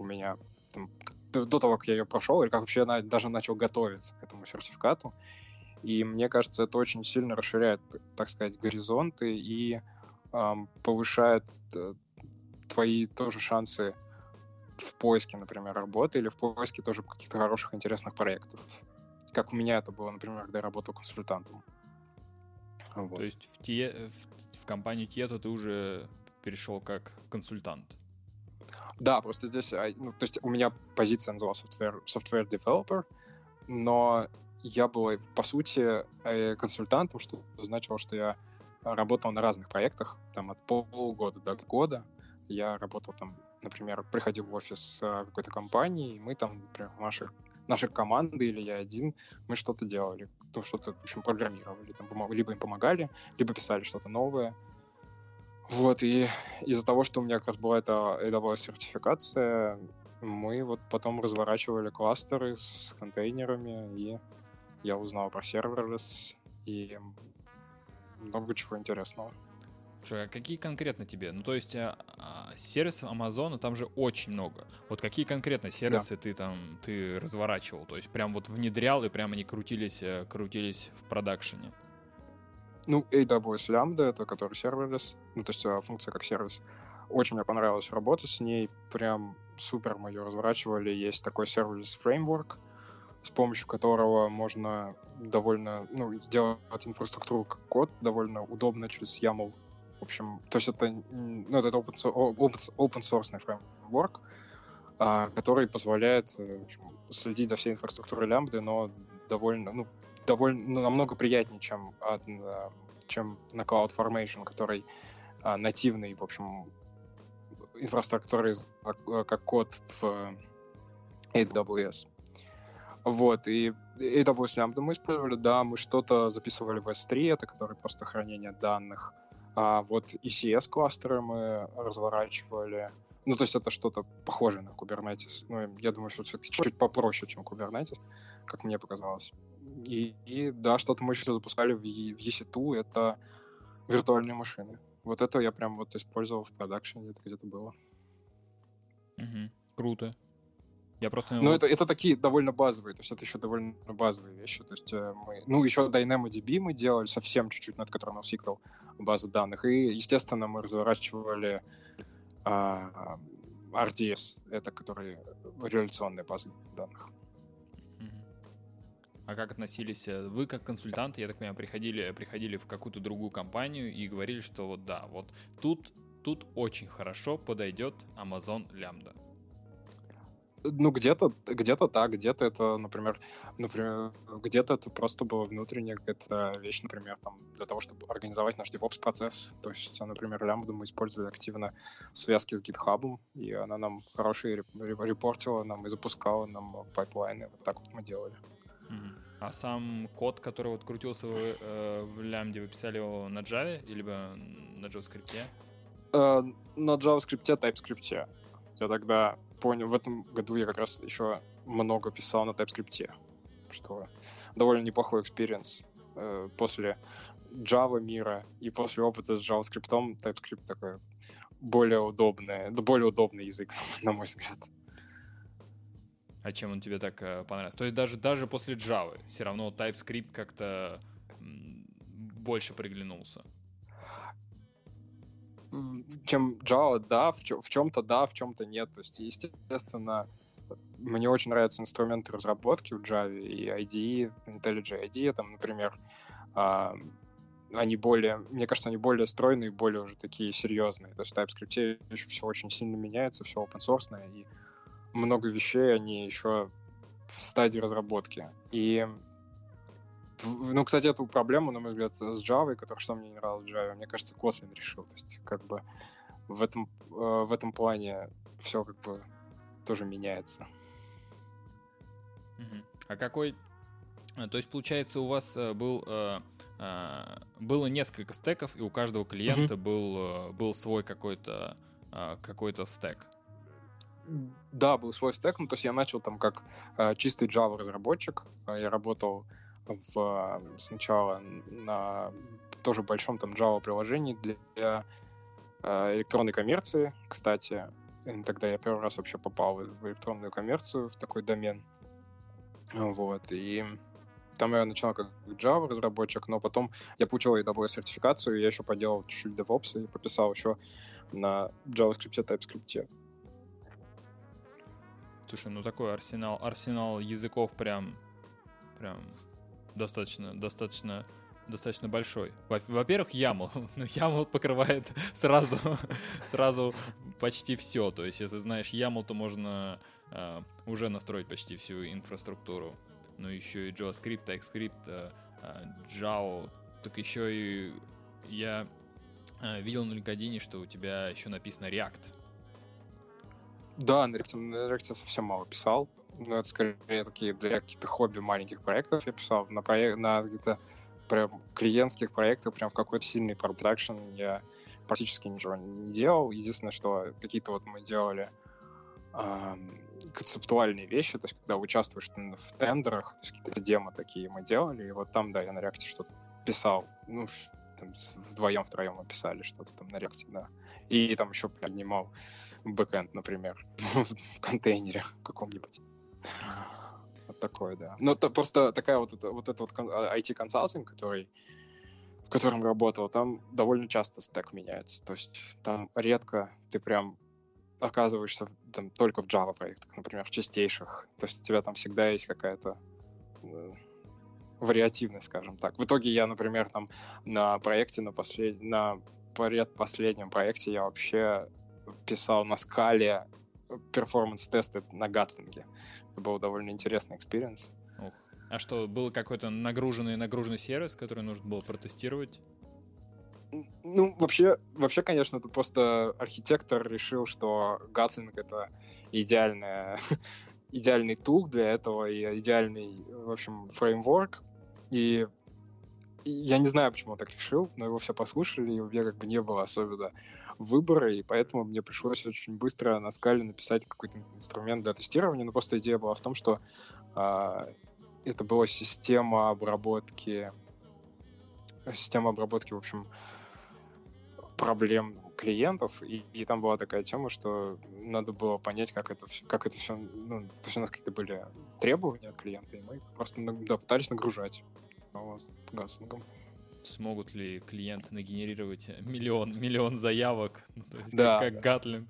Speaker 2: я ее прошел, или как вообще даже начал готовиться к этому сертификату. И мне кажется, это очень сильно расширяет, так сказать, горизонты и повышает твои тоже шансы в поиске, например, работы или в поиске тоже каких-то хороших, интересных проектов. Как у меня это было, например, когда я работал консультантом. Вот.
Speaker 1: То есть в компанию Tieto ты уже перешел как консультант?
Speaker 2: Да, просто здесь, то есть у меня позиция называлась software developer, но я был, по сути, консультантом, что значило, что я работал на разных проектах, там, от полугода до года. Я работал там, например, приходил в офис какой-то компании, и мы там, например, нашей команды или я один, мы что-то делали, что-то, в общем, программировали, там, либо им помогали, либо писали что-то новое. Вот, и из-за того, что у меня как раз была эта AWS-сертификация, мы вот потом разворачивали кластеры с контейнерами, и я узнал про серверлесс и много чего интересного.
Speaker 1: Слушай, а какие конкретно тебе? Ну, то есть сервисов Амазона там же очень много. Вот какие конкретно сервисы ты разворачивал? То есть прям вот внедрял, и прям они крутились в продакшене?
Speaker 2: Ну, AWS Lambda, это который серверлесс, то есть функция как сервис. Очень мне понравилось работать с ней, прям супер мы ее разворачивали. Есть такой серверлесс фреймворк, с помощью которого можно довольно, делать инфраструктуру как код довольно удобно через YAML. В общем, то есть это open-source фреймворк, который позволяет следить за всей инфраструктурой лямбды, но довольно намного приятнее, чем на CloudFormation, который нативный, в общем, инфраструктурой как код в AWS. Вот, и AWS Lambda мы использовали, да, мы что-то записывали в S3, это который просто хранение данных. А вот ECS-кластеры мы разворачивали. Ну, то есть это что-то похожее на Kubernetes. Ну, я думаю, что все-таки чуть попроще, чем Kubernetes, как мне показалось. И да, что-то мы еще запускали в EC2, это виртуальные машины. Вот это я прям вот использовал в продакшене, это где-то было.
Speaker 1: Круто. Я просто...
Speaker 2: Ну, это такие довольно базовые, то есть это еще довольно базовые вещи. То есть мы... Ну, еще DynamoDB мы делали совсем чуть-чуть, над которым NoSQL база данных. И, естественно, мы разворачивали RDS, это которые реляционные базы данных.
Speaker 1: А как относились вы как консультанты, я так понимаю, приходили в какую-то другую компанию и говорили, что вот да, вот тут очень хорошо подойдет Amazon Lambda?
Speaker 2: Ну, где-то так, где-то это, например, где-то это просто была внутренняя какая-то вещь, например, там, для того, чтобы организовать наш DevOps-процесс. То есть, например, Lambda мы использовали активно в связке с GitHub, и она нам хорошие репортила нам и запускала нам пайплайны. Вот так вот мы делали.
Speaker 1: А сам код, который вот крутился в Lambda, вы писали его на Java или на JavaScript?
Speaker 2: На JavaScript, TypeScript. Я тогда понял, в этом году я как раз еще много писал на TypeScript, что довольно неплохой экспириенс. После Java мира и после опыта с JavaScript, TypeScript такой более удобный язык, на мой взгляд.
Speaker 1: А чем он тебе так понравился? То есть даже после Java все равно TypeScript как-то больше приглянулся?
Speaker 2: Чем Java, да, в чем-то нет. То есть, естественно, мне очень нравятся инструменты разработки в Java и IDE, IntelliJ IDE, там, например, мне кажется, они более стройные, более уже такие серьезные. То есть в TypeScript еще все очень сильно меняется, все open-source, и много вещей, они еще в стадии разработки. И ну, кстати, эту проблему, на мой взгляд, с Java, что мне не нравилось в Java, мне кажется, Kotlin решил. То есть, как бы в этом плане все как бы тоже меняется.
Speaker 1: А какой... То есть, получается, у вас было несколько стеков, и у каждого клиента был свой какой-то стек?
Speaker 2: Да, был свой стек. Ну, то есть я начал там как чистый Java-разработчик. Я работал сначала на тоже большом там Java-приложении для электронной коммерции, кстати. И тогда я первый раз вообще попал в электронную коммерцию, в такой домен. Вот, и там я начинал как Java-разработчик, но потом я получил AWS-сертификацию, я еще поделал чуть-чуть DevOps и пописал еще на JavaScript, TypeScript.
Speaker 1: Слушай, ну такой арсенал языков прям достаточно большой. Во-первых, YAML. Но YAML покрывает сразу почти все. То есть, если знаешь YAML, то можно уже настроить почти всю инфраструктуру. Ну, еще и JavaScript, TypeScript, Java. Так еще и я видел на LinkedIn, что у тебя еще написано React.
Speaker 2: Да, на React я совсем мало писал. Но это скорее такие для каких-то хобби маленьких проектов я писал. На где-то прям клиентских проектах, прям в какой-то сильный продакшн я практически ничего не делал. Единственное, что какие-то вот мы делали концептуальные вещи, то есть когда участвуешь в тендерах, то есть какие-то демо такие мы делали, и вот там, да, я на React что-то писал. Ну, там втроем мы писали что-то там на React, да. И там еще поднимал бэкэнд, например, в контейнере каком-нибудь. Вот такое, да. Но это просто такая вот IT-консалтинг, в котором работал, там довольно часто стек меняется. То есть там редко ты прям оказываешься там только в Java проектах, например, чистейших. То есть у тебя там всегда есть какая-то вариативность, скажем так. В итоге я, например, там на проекте, на предпоследнем проекте я вообще писал на скале перформанс-тесты на Гатлинге. Это был довольно интересный экспириенс.
Speaker 1: А что, был какой-то нагруженный сервис, который нужно было протестировать?
Speaker 2: Ну, вообще, конечно, тут просто архитектор решил, что Gatling — это идеальный тул для этого и идеальный, в общем, фреймворк. И я не знаю, почему он так решил, но его все послушали, и у меня как бы не было особенно выбора, и поэтому мне пришлось очень быстро на скале написать какой-то инструмент для тестирования. Но просто идея была в том, что это была система обработки, в общем, проблем клиентов, и там была такая тема, что надо было понять, как это все, ну, то есть у нас какие-то были требования от клиента, и мы просто пытались нагружать Гаслингом.
Speaker 1: Смогут ли клиенты нагенерировать миллион заявок? Ну, то есть
Speaker 2: Да,
Speaker 1: как Гатлинг.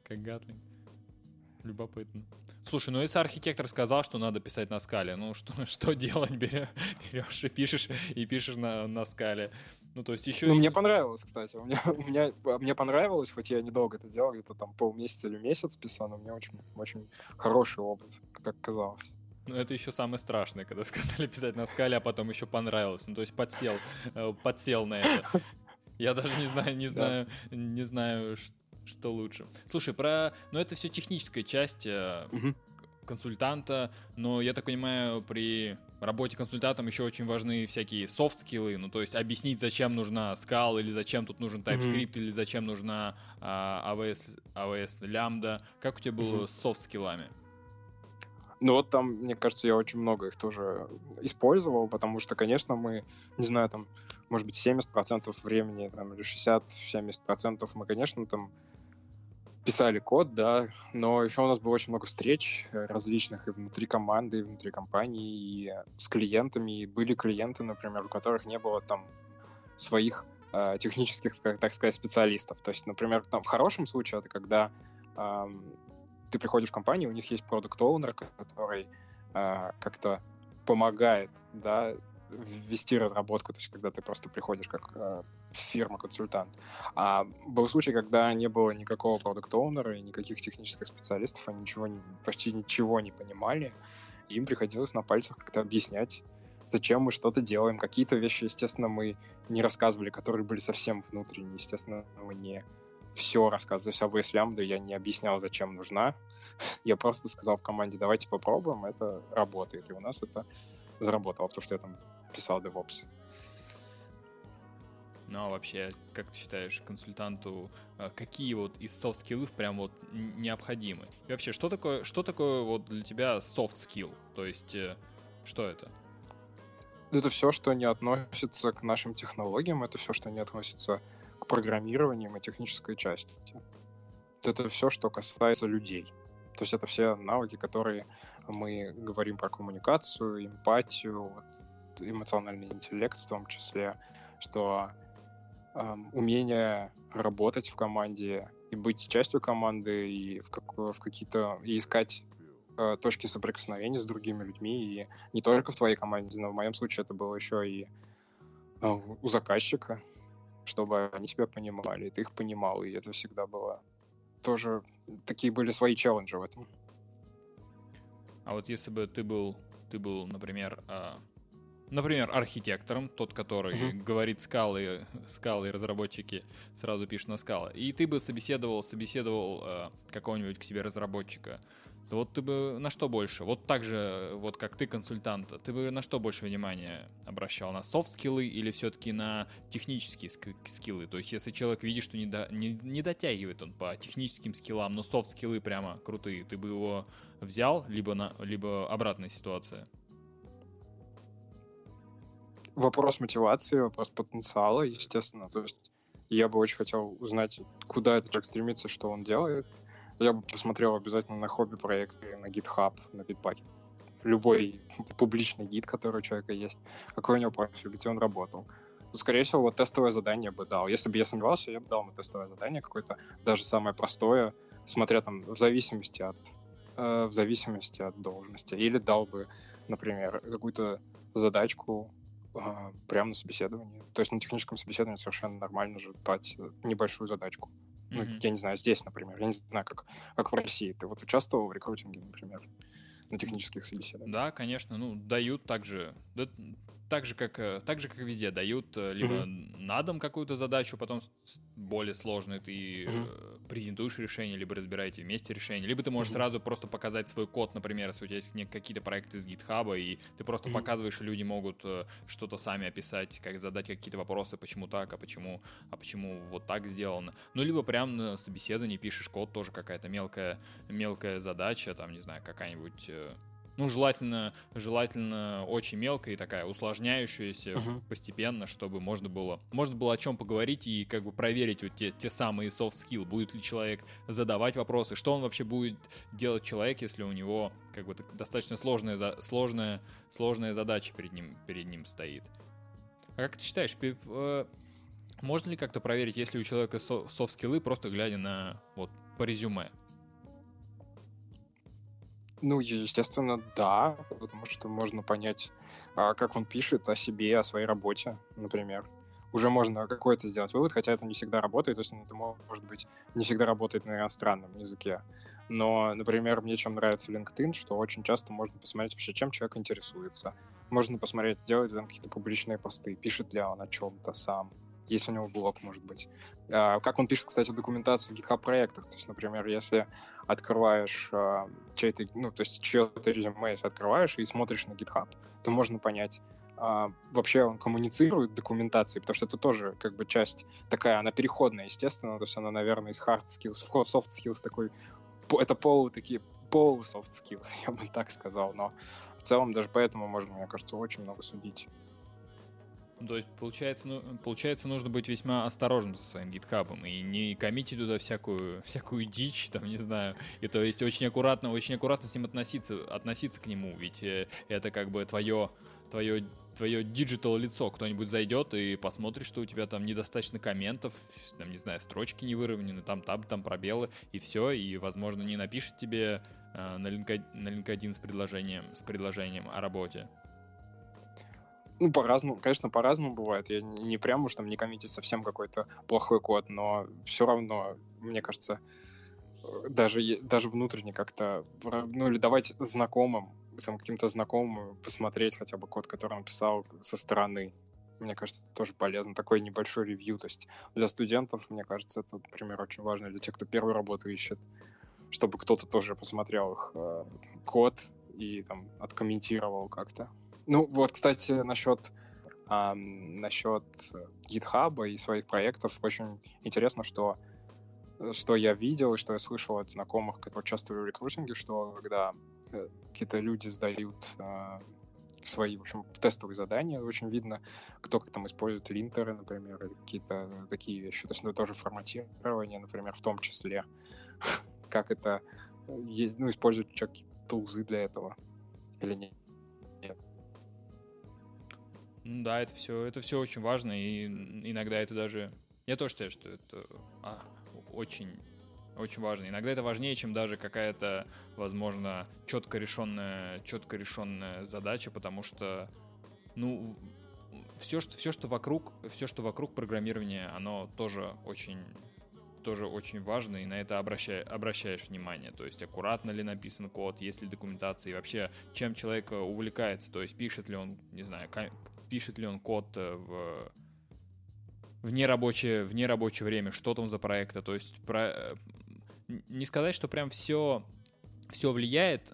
Speaker 1: Любопытно. Слушай, ну если архитектор сказал, что надо писать на скале, ну что делать? Берешь и пишешь на скале. Ну, то есть еще...
Speaker 2: Ну, мне понравилось, кстати. Мне понравилось, хоть я недолго это делал, где-то там полмесяца или месяц писал, но мне очень, очень хороший опыт, как казалось.
Speaker 1: Ну, это еще самое страшное, когда сказали писать на скале, а потом еще понравилось. Ну, то есть подсел на это. Я даже не знаю, что лучше. Слушай, ну это все техническая часть консультанта, но я так понимаю, при работе консультантом еще очень важны всякие софт-скиллы, ну то есть объяснить, зачем нужна Scala, или зачем тут нужен TypeScript, или зачем нужна AWS Lambda. Как у тебя было с софт-скиллами?
Speaker 2: Ну вот там, мне кажется, я очень много их тоже использовал, потому что, конечно, мы, не знаю, там, может быть, 70% времени, там, или 60-70% мы, конечно, там писали код, да, но еще у нас было очень много встреч различных и внутри команды, и внутри компании, и с клиентами, и были клиенты, например, у которых не было там своих технических, так сказать, специалистов. То есть, например, там, в хорошем случае это когда ты приходишь в компанию, у них есть продукт-оунер, который как-то помогает, да, вести разработку, то есть когда ты просто приходишь как фирма-консультант. А был случай, когда не было никакого продукт-оунера и никаких технических специалистов, они почти ничего не понимали, и им приходилось на пальцах как-то объяснять, зачем мы что-то делаем. Какие-то вещи, естественно, мы не рассказывали, которые были совсем внутренние, естественно, мы не все рассказывал. То есть AWS Lambda я не объяснял, зачем нужна. Я просто сказал в команде, давайте попробуем, это работает. И у нас это заработало, потому что я там писал DevOps.
Speaker 1: Ну, а вообще, как ты считаешь, консультанту какие вот из софт-скиллов прям вот необходимы? И вообще, что такое вот для тебя софт-скилл? То есть, что это?
Speaker 2: Это все, что не относится к нашим технологиям, это все, что не относится к программированию и технической части. Это все, что касается людей. То есть это все навыки, которые мы говорим про коммуникацию, эмпатию, вот, эмоциональный интеллект в том числе, что умение работать в команде и быть частью команды и и искать точки соприкосновения с другими людьми, и не только в твоей команде, но в моем случае это было еще и у заказчика, чтобы они тебя понимали, и ты их понимал, и это всегда было тоже, такие были свои челленджи в этом.
Speaker 1: А вот если бы ты был, например, архитектором, тот, который говорит скалы, разработчики сразу пишут на скала, и ты бы собеседовал какого-нибудь к себе разработчика, то вот ты бы на что больше? Вот так же, вот как ты консультант, ты бы на что больше внимания обращал? На софт-скиллы или все-таки на технические скиллы? То есть если человек видит, что не дотягивает он по техническим скиллам, но софт-скиллы прямо крутые, ты бы его взял, либо обратная ситуация?
Speaker 2: Вопрос мотивации, вопрос потенциала, естественно. То есть я бы очень хотел узнать, куда этот человек стремится, что он делает. Я бы посмотрел обязательно на хобби-проекты, на GitHub, на Bitbucket. Любой публичный гид, который у человека есть, какой у него профиль, где он работал. Скорее всего, вот тестовое задание бы дал. Если бы я сомневался, я бы дал ему тестовое задание какое-то, даже самое простое, смотря там в зависимости от должности. Или дал бы, например, какую-то задачку прямо на собеседовании. То есть на техническом собеседовании совершенно нормально же дать небольшую задачку. Ну, я не знаю, здесь, например. Я не знаю, как в России. Ты вот участвовал в рекрутинге, например, на технических собеседованиях?
Speaker 1: Да, конечно. Ну, дают также. Да, так же, как везде, дают либо на дом какую-то задачу, потом более сложную, ты презентуешь решение, либо разбираете вместе решение, либо ты можешь сразу просто показать свой код, например, если у тебя есть какие-то проекты из GitHub, и ты просто показываешь, и люди могут что-то сами описать, как задать какие-то вопросы, почему так, а почему вот так сделано. Ну, либо прям на собеседовании пишешь код, тоже какая-то мелкая задача, там, не знаю, какая-нибудь... Ну, желательно очень мелкая и такая усложняющаяся постепенно, чтобы можно было о чем поговорить и как бы проверить вот те самые soft skills. Будет ли человек задавать вопросы, что он вообще будет делать человек, если у него как бы достаточно сложная задача перед ним стоит. А как ты считаешь, можно ли как-то проверить, если у человека soft skills, просто глядя на вот по резюме?
Speaker 2: Ну, естественно, да, потому что можно понять, как он пишет о себе, о своей работе, например. Уже можно какой-то сделать вывод, хотя это не всегда работает, то есть это может быть не всегда работает на иностранном языке. Но, например, мне чем нравится LinkedIn, что очень часто можно посмотреть вообще, чем человек интересуется. Можно посмотреть, делает ли он какие-то публичные посты, пишет ли он о чем-то сам, если у него блог, может быть. Как он пишет, кстати, документацию в GitHub-проектах. То есть, например, если открываешь чье-то резюме, если открываешь и смотришь на GitHub, то можно понять, вообще он коммуницирует документацией, потому что это тоже как бы часть такая, она переходная, естественно, то есть она, наверное, из hard skills в soft skills такой, это полу-soft skills, я бы так сказал, но в целом даже поэтому можно, мне кажется, очень много судить.
Speaker 1: То есть, получается, нужно быть весьма осторожным со своим гитхабом и не коммитить туда всякую дичь, там, не знаю. И то есть очень аккуратно с ним относиться к нему, ведь это как бы твое диджитал лицо. Кто-нибудь зайдет и посмотрит, что у тебя там недостаточно комментов, там, не знаю, строчки не выровнены, там табы, там пробелы, и все, и, возможно, не напишет тебе на LinkedIn с предложением о работе.
Speaker 2: Ну, по-разному, конечно, по-разному бывает. Я не прям уж там не коммитить совсем какой-то плохой код, но все равно, мне кажется, даже внутренне как-то, ну, или давать знакомым, там, каким-то знакомым посмотреть хотя бы код, который он писал со стороны. Мне кажется, это тоже полезно. Такой небольшой ревью. То есть для студентов, мне кажется, это, например, очень важно. Для тех, кто первую работу ищет, чтобы кто-то тоже посмотрел их код и там откомментировал как-то. Ну, вот, кстати, насчет GitHub и своих проектов очень интересно, что я видел и что я слышал от знакомых, которые участвовали в рекрутинге, что когда какие-то люди сдают свои, в общем, тестовые задания, очень видно, кто как там использует линтеры, например, или какие-то такие вещи. То есть, ну, тоже форматирование, например, в том числе, как это, ну, используют какие-то тулзы для этого или нет.
Speaker 1: Да, это все очень важно, и иногда это даже... Я тоже считаю, что это очень, очень важно. Иногда это важнее, чем даже какая-то, возможно, четко решенная задача, потому что, ну, все, что вокруг программирования, оно тоже очень важно, и на это обращаешь внимание. То есть аккуратно ли написан код, есть ли документация, и вообще чем человек увлекается, то есть пишет ли он, не знаю, код в нерабочее время, что там за проекты. То есть не сказать, что прям все влияет,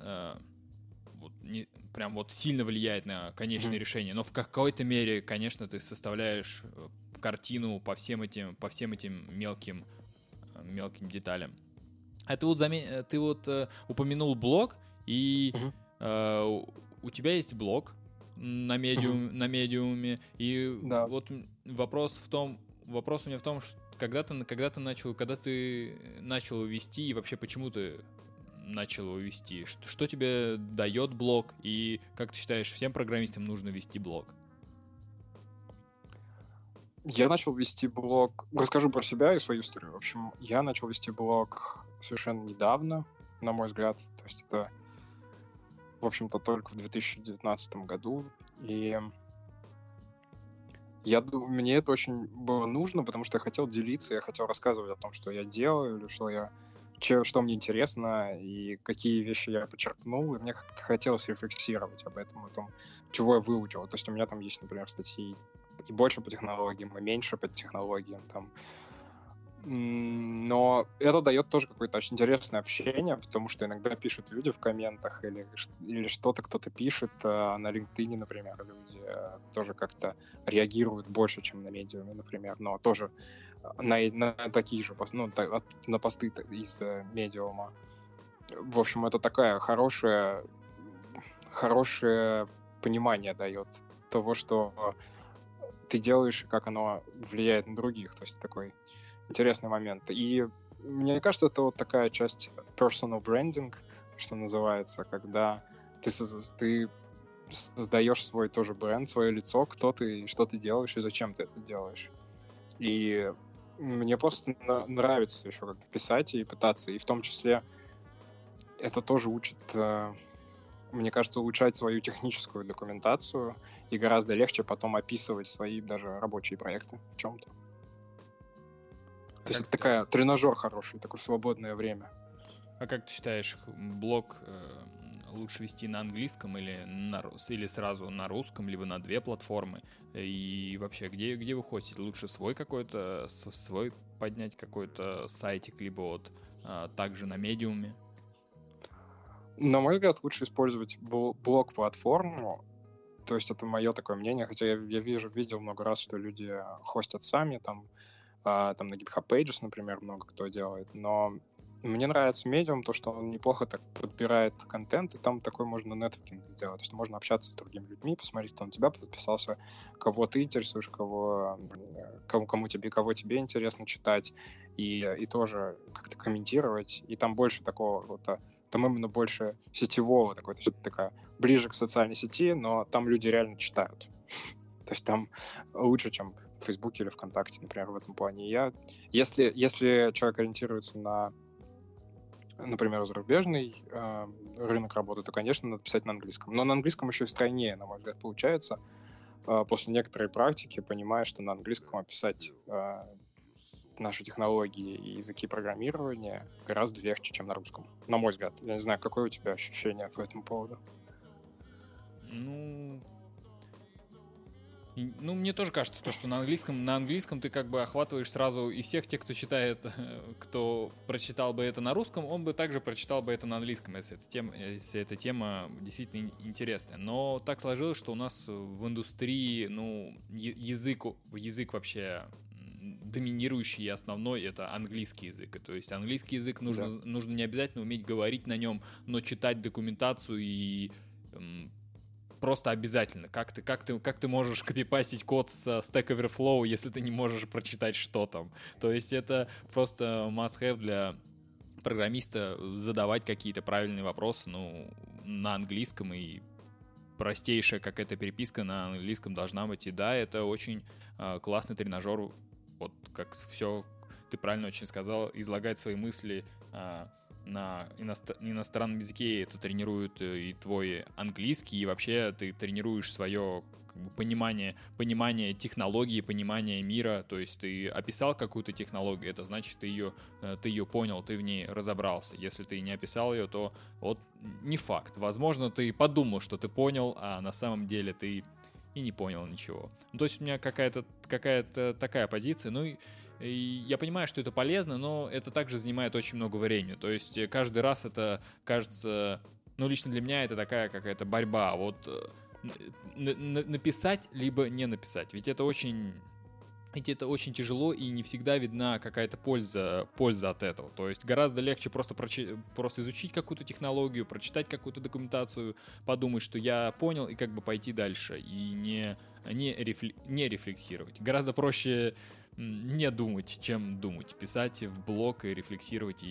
Speaker 1: прям вот сильно влияет на конечное решение, но в какой-то мере, конечно, ты составляешь картину по всем этим мелким деталям. А ты упомянул блог, и у тебя есть блог на медиуме, и да. Вот вопрос у меня в том, что когда ты начал его вести, и вообще почему ты начал его вести? Что тебе дает блог, и как ты считаешь, всем программистам нужно вести блог?
Speaker 2: Я начал вести блог... Расскажу про себя и свою историю. В общем, я начал вести блог совершенно недавно, на мой взгляд. То есть это, в общем-то, только в 2019 году. И мне это очень было нужно, потому что я хотел делиться, я хотел рассказывать о том, что я делаю, или что я что мне интересно и какие вещи я подчеркнул, и мне как-то хотелось рефлексировать об этом, о том, чего я выучил. То есть у меня там есть, например, статьи и больше по технологиям, и меньше по технологиям, там. Но это дает тоже какое-то очень интересное общение, потому что иногда пишут люди в комментах или что-то кто-то пишет на LinkedIn, например, люди тоже как-то реагируют больше, чем на медиуме, например, но тоже на такие же на посты из медиума. В общем, это такая хорошее понимание дает того, что ты делаешь и как оно влияет на других. То есть такой интересный момент. И мне кажется, это вот такая часть personal branding, что называется, когда ты создаешь свой тоже бренд, свое лицо, кто ты, что ты делаешь и зачем ты это делаешь. И мне просто нравится еще как-то писать и пытаться. И в том числе это тоже учит, мне кажется, улучшать свою техническую документацию и гораздо легче потом описывать свои даже рабочие проекты в чем-то. То есть это такая тренажер хороший, такое свободное время.
Speaker 1: А как ты считаешь, блог лучше вести на английском или сразу на русском, либо на две платформы? И вообще, где вы хотите? Лучше свой поднять какой-то сайтик, либо вот также на медиуме?
Speaker 2: На мой взгляд, лучше использовать блог-платформу. То есть это мое такое мнение, хотя я видел много раз, что люди хостят сами, там на GitHub Pages, например, много кто делает, но мне нравится Medium, то, что он неплохо так подбирает контент, и там такой можно нетворкинг делать, что можно общаться с другими людьми, посмотреть, кто на тебя подписался, кого ты интересуешь, кого тебе интересно читать, и тоже как-то комментировать, и там больше такого вот, там именно больше сетевого такой, то есть это такая ближе к социальной сети, но там люди реально читают. То есть там лучше, чем в Фейсбуке или ВКонтакте, например, в этом плане. Если человек ориентируется на, например, зарубежный рынок работы, то, конечно, надо писать на английском. Но на английском еще и стройнее, на мой взгляд, получается. После некоторой практики понимаешь, что на английском описать наши технологии и языки программирования гораздо легче, чем на русском. На мой взгляд. Я не знаю, какое у тебя ощущение по этому поводу?
Speaker 1: Ну, мне тоже кажется, что на английском ты как бы охватываешь сразу и всех тех, кто читает, кто прочитал бы это на русском, он бы также прочитал бы это на английском, если эта тема действительно интересная. Но так сложилось, что у нас в индустрии, язык вообще доминирующий и основной — это английский язык. То есть английский язык нужно не обязательно уметь говорить на нем, но читать документацию и просто обязательно. Как ты можешь копипастить код со Stack Overflow, если ты не можешь прочитать, что там? То есть это просто must-have для программиста задавать какие-то правильные вопросы, на английском, и простейшая какая-то переписка на английском должна быть. И да, это очень классный тренажер. Вот как все ты правильно очень сказал, излагать свои мысли на иностранном языке. Это тренирует и твой английский, и вообще ты тренируешь свое понимание технологии, понимание мира. То есть ты описал какую-то технологию, это значит, ты ее понял, ты в ней разобрался. Если ты не описал ее, то вот не факт. Возможно, ты подумал, что ты понял, а на самом деле ты и не понял ничего. То есть у меня какая-то такая позиция. И я понимаю, что это полезно, но это также занимает очень много времени. То есть каждый раз это кажется... лично для меня это такая какая-то борьба. Вот написать, либо не написать. Ведь это очень тяжело, и не всегда видна какая-то польза от этого. То есть гораздо легче просто изучить какую-то технологию, прочитать какую-то документацию, подумать, что я понял, и как бы пойти дальше, и не рефлексировать. Гораздо проще не думать, чем думать. Писать в блог и рефлексировать,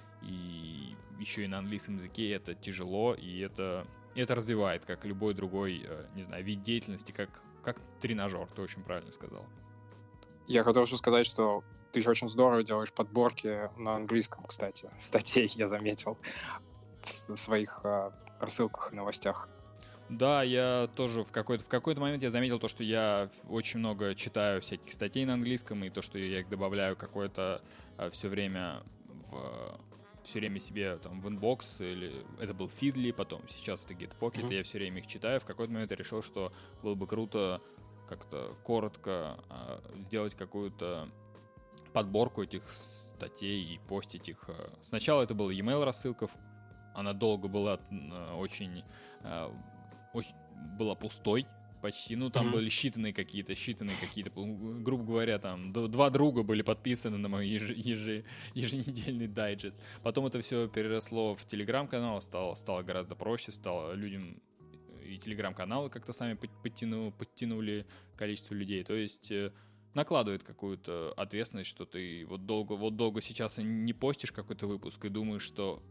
Speaker 1: и еще и на английском языке это тяжело, и это развивает, как любой другой, не знаю, вид деятельности, как тренажер. Ты очень правильно сказал.
Speaker 2: Я хотел еще сказать, что ты еще очень здорово делаешь подборки на английском, кстати, статей, я заметил, в своих рассылках и новостях.
Speaker 1: Да, я тоже в какой-то момент я заметил то, что я очень много читаю всяких статей на английском, и то, что я их добавляю какое-то все время все время себе там в инбокс, или это был Feedly, потом сейчас это Gitpocket, и я все время их читаю. В какой-то момент я решил, что было бы круто как-то коротко сделать какую-то подборку этих статей и постить их. Сначала это была e-mail рассылка, она долго была очень была пустой почти, ну там были считанные какие-то, грубо говоря, там 2 друга были подписаны на мой еженедельный дайджест. Потом это все переросло в телеграм-канал, стало гораздо проще, стало людям и телеграм-каналы как-то сами подтянули количество людей. То есть накладывает какую-то ответственность, что ты вот долго сейчас не постишь какой-то выпуск и думаешь, что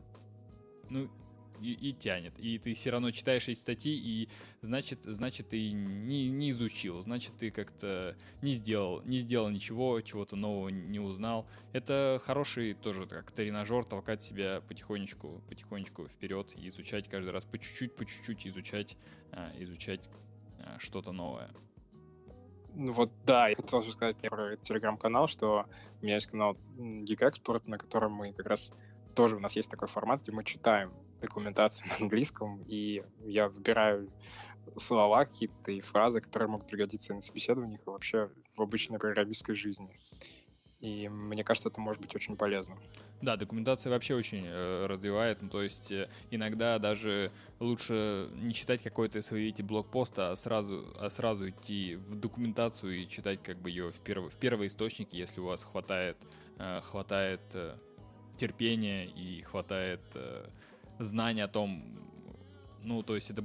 Speaker 1: и тянет. И ты все равно читаешь эти статьи, и значит ты не изучил, значит ты как-то не сделал ничего, чего-то нового не узнал. Это хороший тоже как тренажер, толкать себя потихонечку вперед и изучать каждый раз по чуть-чуть изучать что-то новое.
Speaker 2: Ну вот, да, я хотел же сказать про телеграм-канал, что у меня есть канал Geek Expert, на котором мы как раз тоже у нас есть такой формат, где мы читаем документацию на английском, и я выбираю слова какие-то и фразы, которые могут пригодиться и на собеседованиях, и вообще в обычной программистской жизни. И мне кажется, это может быть очень полезно.
Speaker 1: Да, документация вообще очень развивает, ну, то есть иногда даже лучше не читать какой-то свои эти блогпосты, а сразу идти в документацию и читать как бы ее в первый источник, если у вас хватает терпения и хватает знания о том, ну, то есть это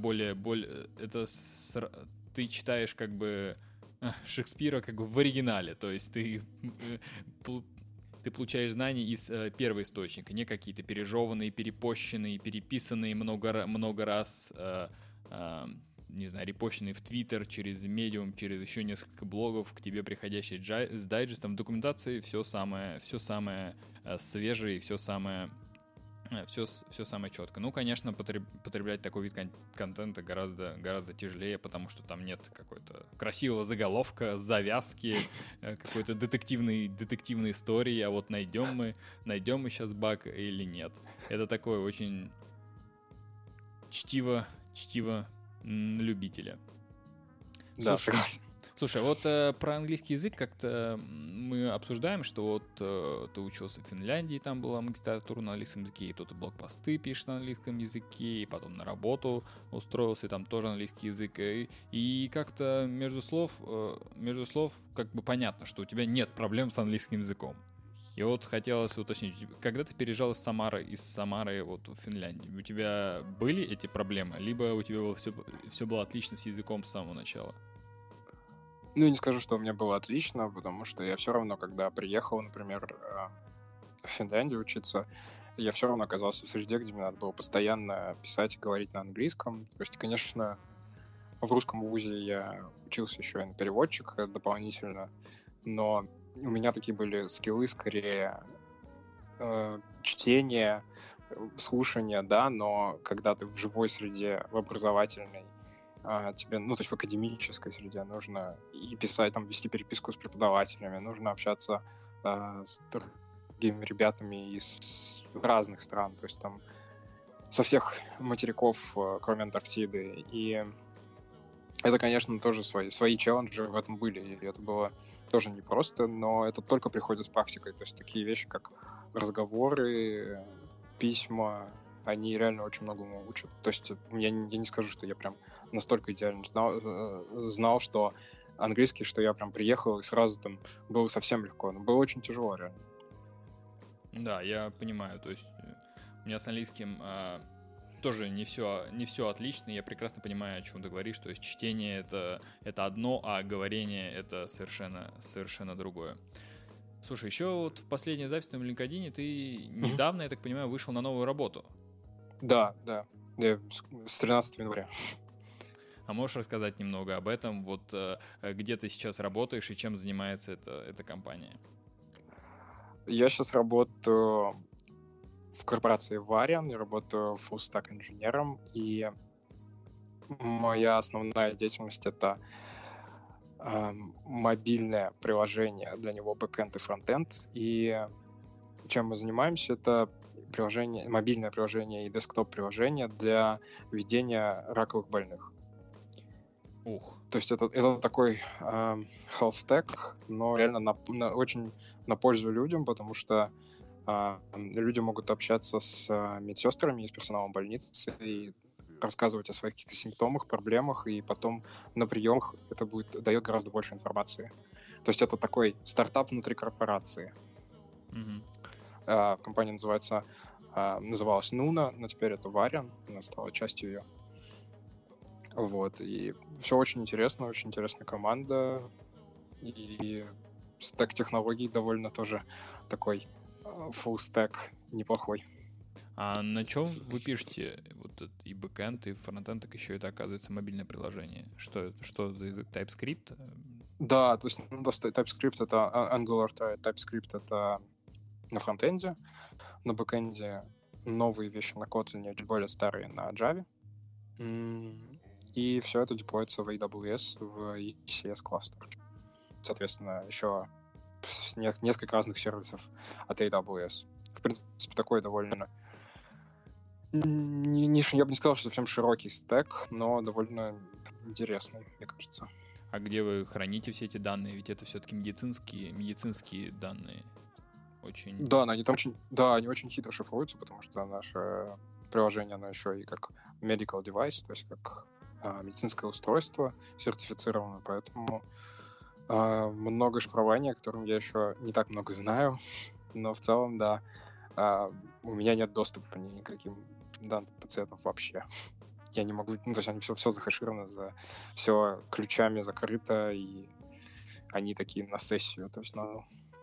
Speaker 1: ты читаешь как бы Шекспира как бы в оригинале, то есть ты получаешь знания из первоисточника, не какие-то пережеванные, перепощенные, переписанные много раз, не знаю, репощенные в Твиттер, через Medium, через еще несколько блогов к тебе приходящие с дайджестом. В документации все самое свежее и все самое четко. Ну, конечно, потреблять такой вид контента гораздо тяжелее, потому что там нет какой-то красивого заголовка, завязки, какой-то детективной истории, а вот найдем мы сейчас баг или нет. Это такое очень чтиво любителя.
Speaker 2: Да, согласен.
Speaker 1: Слушай, вот про английский язык как-то мы обсуждаем, что вот ты учился в Финляндии, там была магистратура на английском языке, и кто-то блогпосты пишет на английском языке, и потом на работу устроился, и там тоже английский язык. И как-то между слов как бы понятно, что у тебя нет проблем с английским языком. И вот хотелось уточнить, когда ты переезжал из Самары вот в Финляндию, у тебя были эти проблемы, либо у тебя все было отлично с языком с самого начала?
Speaker 2: Ну, не скажу, что у меня было отлично, потому что я все равно, когда приехал, например, в Финляндию учиться, я все равно оказался в среде, где мне надо было постоянно писать и говорить на английском. То есть, конечно, в русском вузе я учился еще и на переводчика дополнительно, но у меня такие были скиллы скорее чтения, слушания, да, но когда ты в живой среде, в образовательной, тебе, ну, то есть в академической среде нужно и писать, там, вести переписку с преподавателями, нужно общаться с другими ребятами из разных стран, то есть там со всех материков, кроме Антарктиды. И это, конечно, тоже свои челленджи в этом были, и это было тоже непросто, но это только приходит с практикой, то есть такие вещи, как разговоры, письма, они реально очень многому учат. То есть я не скажу, что я прям настолько идеально знал, что английский, что я прям приехал и сразу там было совсем легко. Но было очень тяжело, реально.
Speaker 1: Да, я понимаю. То есть у меня с английским тоже не все отлично. Я прекрасно понимаю, о чем ты говоришь. То есть чтение это одно, а говорение это совершенно другое. Слушай, еще вот в последней записи на LinkedIn ты недавно, я так понимаю, вышел на новую работу.
Speaker 2: Да, с 13 января.
Speaker 1: А можешь рассказать немного об этом? Вот где ты сейчас работаешь и чем занимается эта компания?
Speaker 2: Я сейчас работаю в корпорации Varian, я работаю full-stack инженером, и моя основная деятельность — это мобильное приложение, для него бэкэнд и фронтенд. И чем мы занимаемся, это приложение, мобильное приложение и десктоп-приложение для ведения раковых больных.
Speaker 1: Ух.
Speaker 2: То есть это такой health stack, но реально очень на пользу людям, потому что люди могут общаться с медсестрами и с персоналом больницы и рассказывать о своих каких-то симптомах, проблемах, и потом на приемах это дает гораздо больше информации. То есть это такой стартап внутри корпорации. Компания называлась Nuna, но теперь это Varian, она стала частью ее. Вот, и все очень интересная команда, и стэк технологий довольно тоже такой full stack неплохой.
Speaker 1: А на чем вы пишете вот и бэкэнд, и фронтенд, так еще это оказывается мобильное приложение? Что за язык? TypeScript?
Speaker 2: Да, то есть TypeScript это Angular, TypeScript это на фронтенде, на бэкэнде новые вещи на Kotlin, чуть более старые на Java. И все это деплоится в AWS, в ECS кластер. Соответственно, еще несколько разных сервисов от AWS. В принципе, такой довольно... я бы не сказал, что совсем широкий стэк, но довольно интересный, мне кажется.
Speaker 1: А где вы храните все эти данные? Ведь это все-таки медицинские данные. Очень...
Speaker 2: Да, они очень хитро шифруются, потому что наше приложение, оно еще и как medical device, то есть как медицинское устройство сертифицировано, поэтому много шифрования, о котором я еще не так много знаю, но в целом, да, у меня нет доступа ни к каким данным пациентов вообще. Я не могу, то есть они все захэшировано, все ключами закрыто, и они такие на сессию, то есть надо...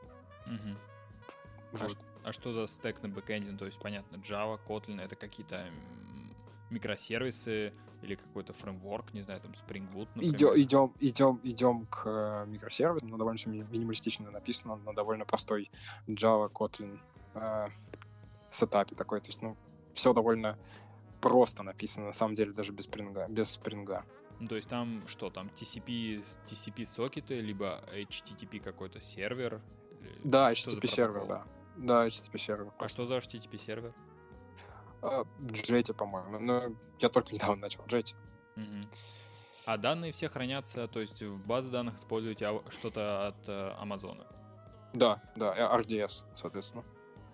Speaker 1: Вот. А что за стэк на бэкэнде? То есть, понятно, Java, Kotlin — это какие-то микросервисы или какой-то фреймворк, не знаю, там Spring Boot, например?
Speaker 2: Идем к микросервису, но довольно все минималистично написано, на довольно простой Java, Kotlin сетапе такой. То есть, все довольно просто написано, на самом деле, даже без спринга.
Speaker 1: То есть там что? Там TCP-сокеты, либо HTTP какой-то сервер?
Speaker 2: Да, HTTP сервер, да. Да, HTTP сервер.
Speaker 1: А что за HTTP сервер?
Speaker 2: Jetty, по-моему. Но я только недавно начал Jetty.
Speaker 1: А данные все хранятся, то есть в базе данных используете что-то от Амазона?
Speaker 2: Да, RDS, соответственно.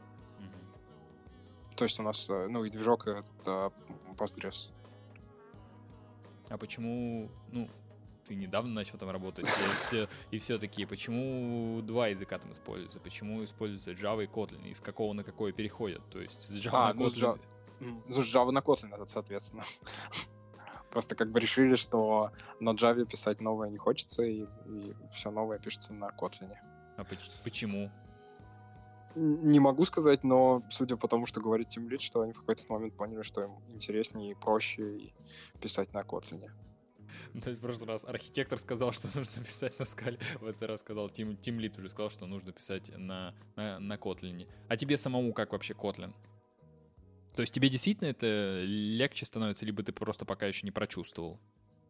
Speaker 2: То есть у нас, и движок это Postgres.
Speaker 1: А почему, ты недавно начал там работать, и все такие, почему два языка там используются? Почему используются Java и Kotlin? И с какого на какое переходят? То есть с Java на Kotlin...
Speaker 2: С Java на Kotlin это, соответственно. Просто как бы решили, что на Java писать новое не хочется, и все новое пишется на Kotlin.
Speaker 1: А почему?
Speaker 2: Не могу сказать, но судя по тому, что говорит Team Lead, что они в какой-то момент поняли, что им интереснее и проще писать на Kotlin.
Speaker 1: То есть в прошлый раз архитектор сказал, что нужно писать на скале, в этот раз сказал Team Lead уже сказал, что нужно писать на Kotlin. А тебе самому как вообще Kotlin? То есть тебе действительно это легче становится, либо ты просто пока еще не прочувствовал?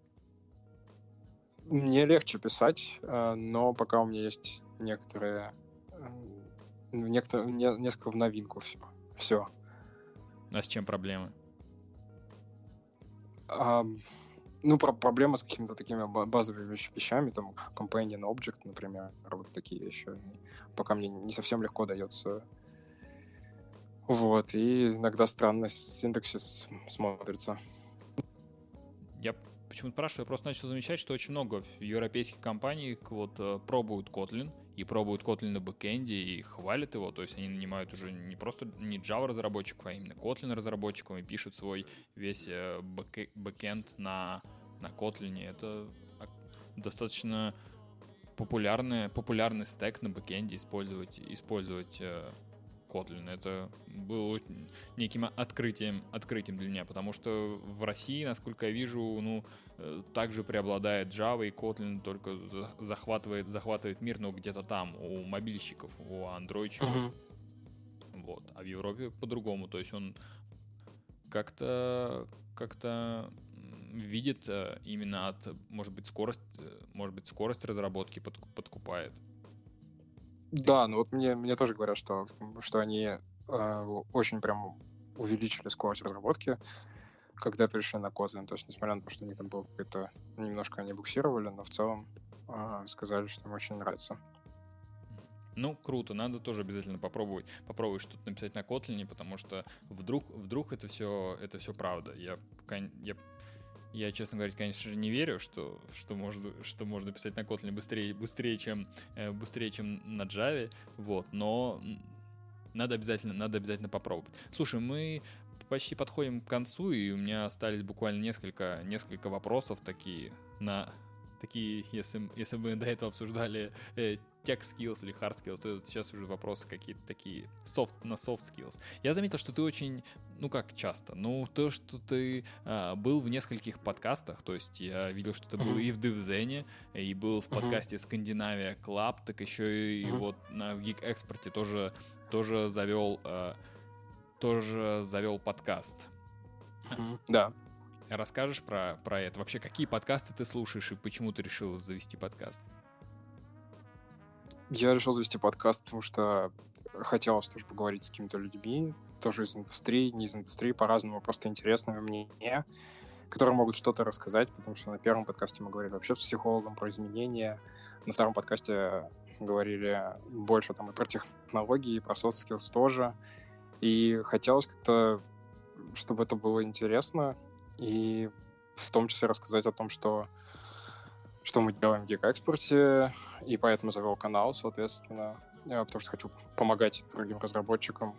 Speaker 2: Мне легче писать, но пока у меня есть несколько в новинку все.
Speaker 1: А с чем проблемы?
Speaker 2: Проблемы с какими-то такими базовыми вещами, там, companion object, например, вот такие вещи, пока мне не совсем легко дается. Вот, и иногда странно синтаксис смотрится.
Speaker 1: Я почему-то спрашиваю, я просто начал замечать, что очень много европейских компаний пробуют Kotlin, и пробуют Kotlin на бэкэнде, и хвалят его, то есть они нанимают уже не просто не Java разработчиков, а именно Kotlin разработчиков, и пишут свой весь бэкэнд на Kotlin. Это достаточно популярный стэк на бэкэнде использовать Kotlin. Это было неким открытием для меня, потому что в России, насколько я вижу, также преобладает Java, и Kotlin только захватывает мир, но где-то там, у мобильщиков, у андроидчиков. Вот. А в Европе по-другому. То есть он как-то видит именно может быть, скорость разработки подкупает.
Speaker 2: Да, но вот мне тоже говорят, что они очень прям увеличили скорость разработки, когда перешли на Kotlin. То есть, несмотря на то, что они там был какой-то... Немножко они буксировали, но в целом сказали, что им очень нравится.
Speaker 1: Ну, круто, надо тоже обязательно попробовать что-то написать на Kotlin, потому что вдруг это все правда. Я, честно говоря, конечно же, не верю, что можно писать на Kotlin быстрее, чем на Java, вот, но надо обязательно попробовать. Слушай, мы почти подходим к концу, и у меня остались буквально несколько вопросов такие, если мы до этого обсуждали tech skills или hard skills, то сейчас уже вопросы какие-то такие на soft skills. Я заметил, что ты очень, как часто, то, что ты был в нескольких подкастах, то есть я видел, что ты был и в DevZen, и был в подкасте Scandinavia Club, так еще и вот на Geek Expert тоже завел подкаст.
Speaker 2: Да.
Speaker 1: Расскажешь про это? Вообще, какие подкасты ты слушаешь и почему ты решил завести подкаст?
Speaker 2: Я решил завести подкаст, потому что хотелось тоже поговорить с какими-то людьми, тоже из индустрии, не из индустрии, по-разному, просто интересными мне, которые могут что-то рассказать, потому что на первом подкасте мы говорили вообще с психологом про изменения, на втором подкасте говорили больше там и про технологии, и про soft skills тоже, и хотелось как-то, чтобы это было интересно, и в том числе рассказать о том, что мы делаем в Geek Expert, и поэтому завел канал, соответственно, потому что хочу помогать другим разработчикам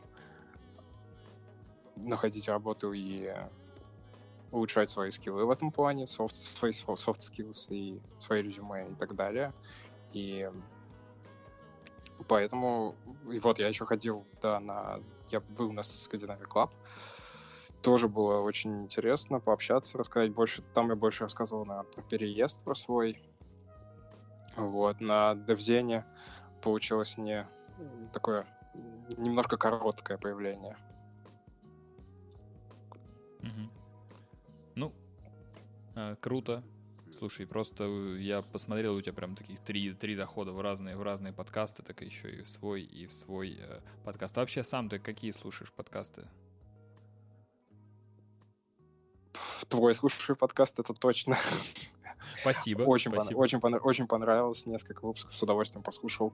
Speaker 2: находить работу и улучшать свои скиллы в этом плане, свои soft skills и свои резюме и так далее. И поэтому, и вот я еще ходил, я был на Scandinavia Club, тоже было очень интересно пообщаться, рассказать больше. Там я больше рассказывал про переезд про свой. Вот. На DevZen получилось такое немножко короткое появление.
Speaker 1: Ну, круто. Слушай, просто я посмотрел, у тебя прям таких три захода в разные подкасты, так еще и в свой подкаст. А вообще сам ты какие слушаешь подкасты?
Speaker 2: Твой слушающий подкаст, это точно.
Speaker 1: Спасибо.
Speaker 2: Очень понравилось, несколько выпусков с удовольствием послушал.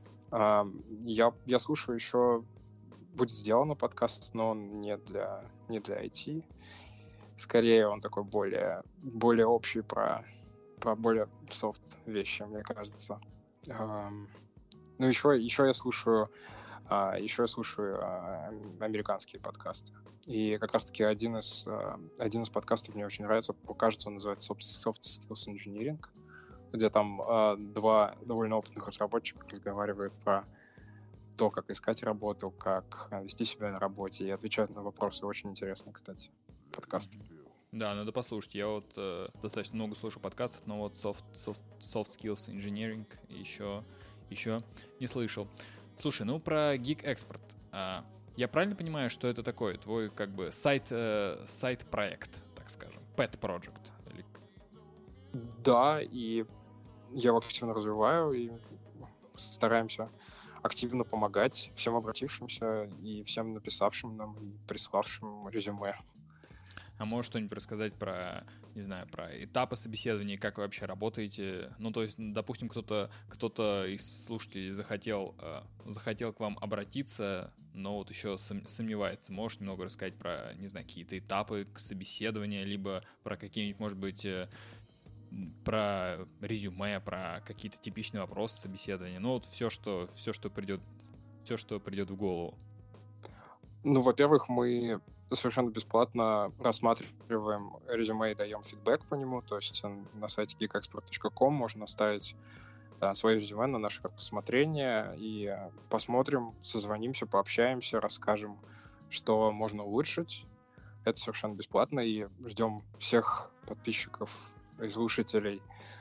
Speaker 2: Я слушаю еще «Будет сделано» подкаст, но он не для IT. Скорее он такой более общий про более софт вещи, мне кажется. Ну, еще я слушаю американские подкасты. И как раз-таки один из подкастов мне очень нравится. Кажется, он называется Soft Skills Engineering, где там два довольно опытных разработчика разговаривают про то, как искать работу, как вести себя на работе и отвечают на вопросы. Очень интересно, кстати, подкаст.
Speaker 1: Да, надо послушать. Я вот достаточно много слушаю подкастов, но вот Soft Skills Engineering еще не слышал. Слушай, про Geek Expert. Я правильно понимаю, что это такой твой как бы сайт-проект, так скажем, pet project?
Speaker 2: Да, и я его активно развиваю, и стараемся активно помогать всем обратившимся и всем написавшим нам и приславшим резюме.
Speaker 1: А можешь что-нибудь рассказать про этапы собеседования, как вы вообще работаете? Ну, то есть, допустим, кто-то из слушателей захотел к вам обратиться, но вот еще сомневается. Можешь немного рассказать про, какие-то этапы собеседования, либо про какие-нибудь, может быть, про резюме, про какие-то типичные вопросы собеседования? Ну, вот все, что придет в голову.
Speaker 2: Ну, во-первых, мы совершенно бесплатно рассматриваем резюме и даем фидбэк по нему. То есть на сайте geekexpert.com можно оставить свое резюме на наше рассмотрение и посмотрим, созвонимся, пообщаемся, расскажем, что можно улучшить. Это совершенно бесплатно, и ждем всех подписчиков и слушателей.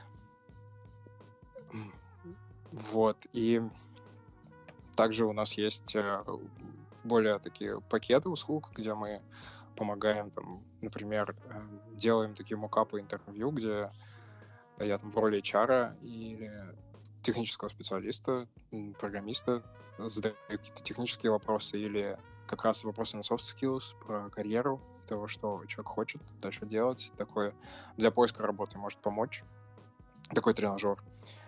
Speaker 2: Вот. И также у нас есть более такие пакеты услуг, где мы помогаем, там, например, делаем такие мокапы интервью, где я там в роли HR или технического специалиста, программиста, задаю какие-то технические вопросы или как раз вопросы на soft skills, про карьеру, того, что человек хочет дальше делать. Такое для поиска работы может помочь. Такой тренажер.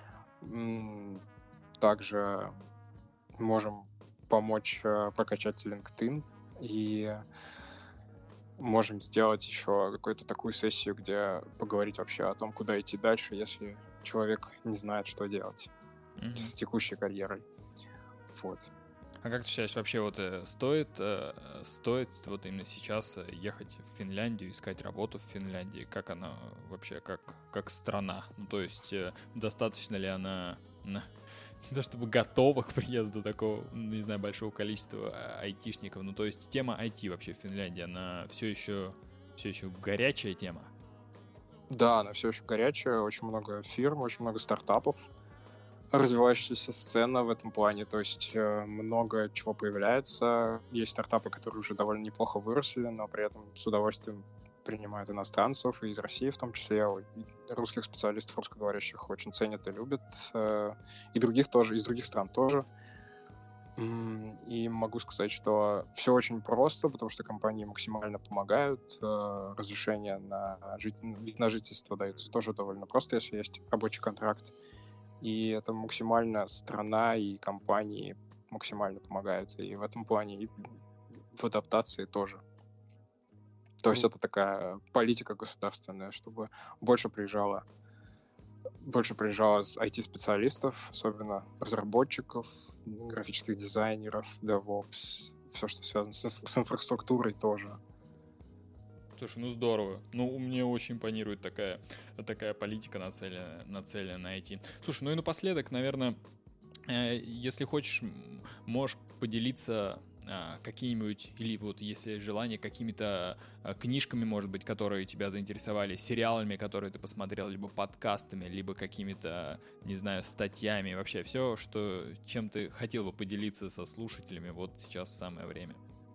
Speaker 2: Также можем помочь прокачать LinkedIn и можем сделать еще какую-то такую сессию, где поговорить вообще о том, куда идти дальше, если человек не знает, что делать с текущей карьерой. Вот.
Speaker 1: А как ты считаешь, вообще вот стоит вот именно сейчас ехать в Финляндию, искать работу в Финляндии? Как она вообще, как страна? Ну, то есть достаточно ли она не то чтобы готова к приезду такого, не знаю, большого количества айтишников? Ну, то есть тема IT вообще в Финляндии, она все еще горячая тема?
Speaker 2: Да, она все еще горячая, очень много фирм, очень много стартапов. Развивающаяся сцена в этом плане, то есть много чего появляется. Есть стартапы, которые уже довольно неплохо выросли, но при этом с удовольствием принимают иностранцев, и из России в том числе, и русских специалистов, русскоговорящих очень ценят и любят, и других тоже, из других стран тоже. И могу сказать, что все очень просто, потому что компании максимально помогают, разрешение на вид на жительство дается тоже довольно просто, если есть рабочий контракт. И это максимально страна и компании максимально помогают. И в этом плане, и в адаптации тоже. То есть это такая политика государственная, чтобы больше приезжало IT-специалистов, особенно разработчиков, графических дизайнеров, DevOps, все, что связано с инфраструктурой тоже.
Speaker 1: Слушай, ну здорово. Ну, мне очень импонирует такая политика, нацеленная на IT. Слушай, ну и напоследок, наверное, если хочешь, можешь поделиться какими-нибудь, или вот если есть желание, какими-то книжками, может быть, которые тебя заинтересовали, сериалами, которые ты посмотрел, либо подкастами, либо какими-то, не знаю, статьями, вообще все, чем ты хотел бы поделиться со слушателями, вот сейчас самое время.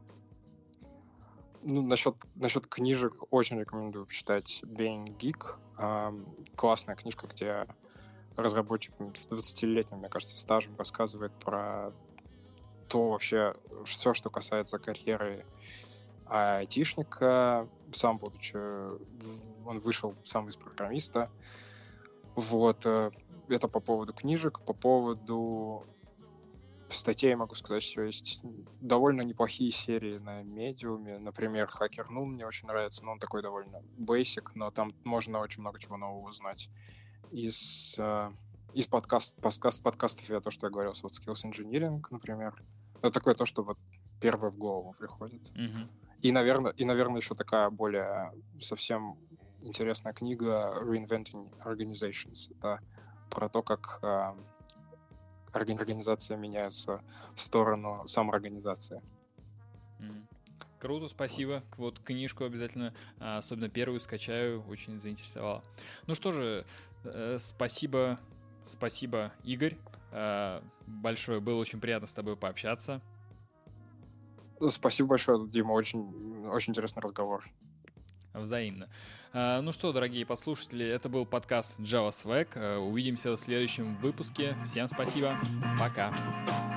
Speaker 2: Ну, насчет книжек очень рекомендую почитать Being Geek. Классная книжка, где разработчик с 20-летним, мне кажется, стажем рассказывает про то вообще, все, что касается карьеры айтишника. Сам будучи, он вышел сам из программиста. Вот. Это по поводу книжек, по поводу статей могу сказать, что есть довольно неплохие серии на Медиуме. Например, Hacker Noon мне очень нравится, но он такой довольно basic, но там можно очень много чего нового узнать. Из подкастов я то, что я говорил, вот Skills Engineering, например. Это такое то, что вот первое в голову приходит.
Speaker 1: Mm-hmm.
Speaker 2: И, наверное, еще такая более совсем интересная книга Reinventing Organizations. Это про то, как организации меняются в сторону самоорганизации.
Speaker 1: Круто, спасибо. Вот книжку обязательно, особенно первую, скачаю, очень заинтересовала. Ну что же, спасибо, Игорь. Большое, было очень приятно с тобой пообщаться.
Speaker 2: Спасибо большое, Дима, очень, очень интересный разговор.
Speaker 1: Взаимно. Ну что, дорогие послушатели, это был подкаст Java Swag. Увидимся в следующем выпуске. Всем спасибо. Пока.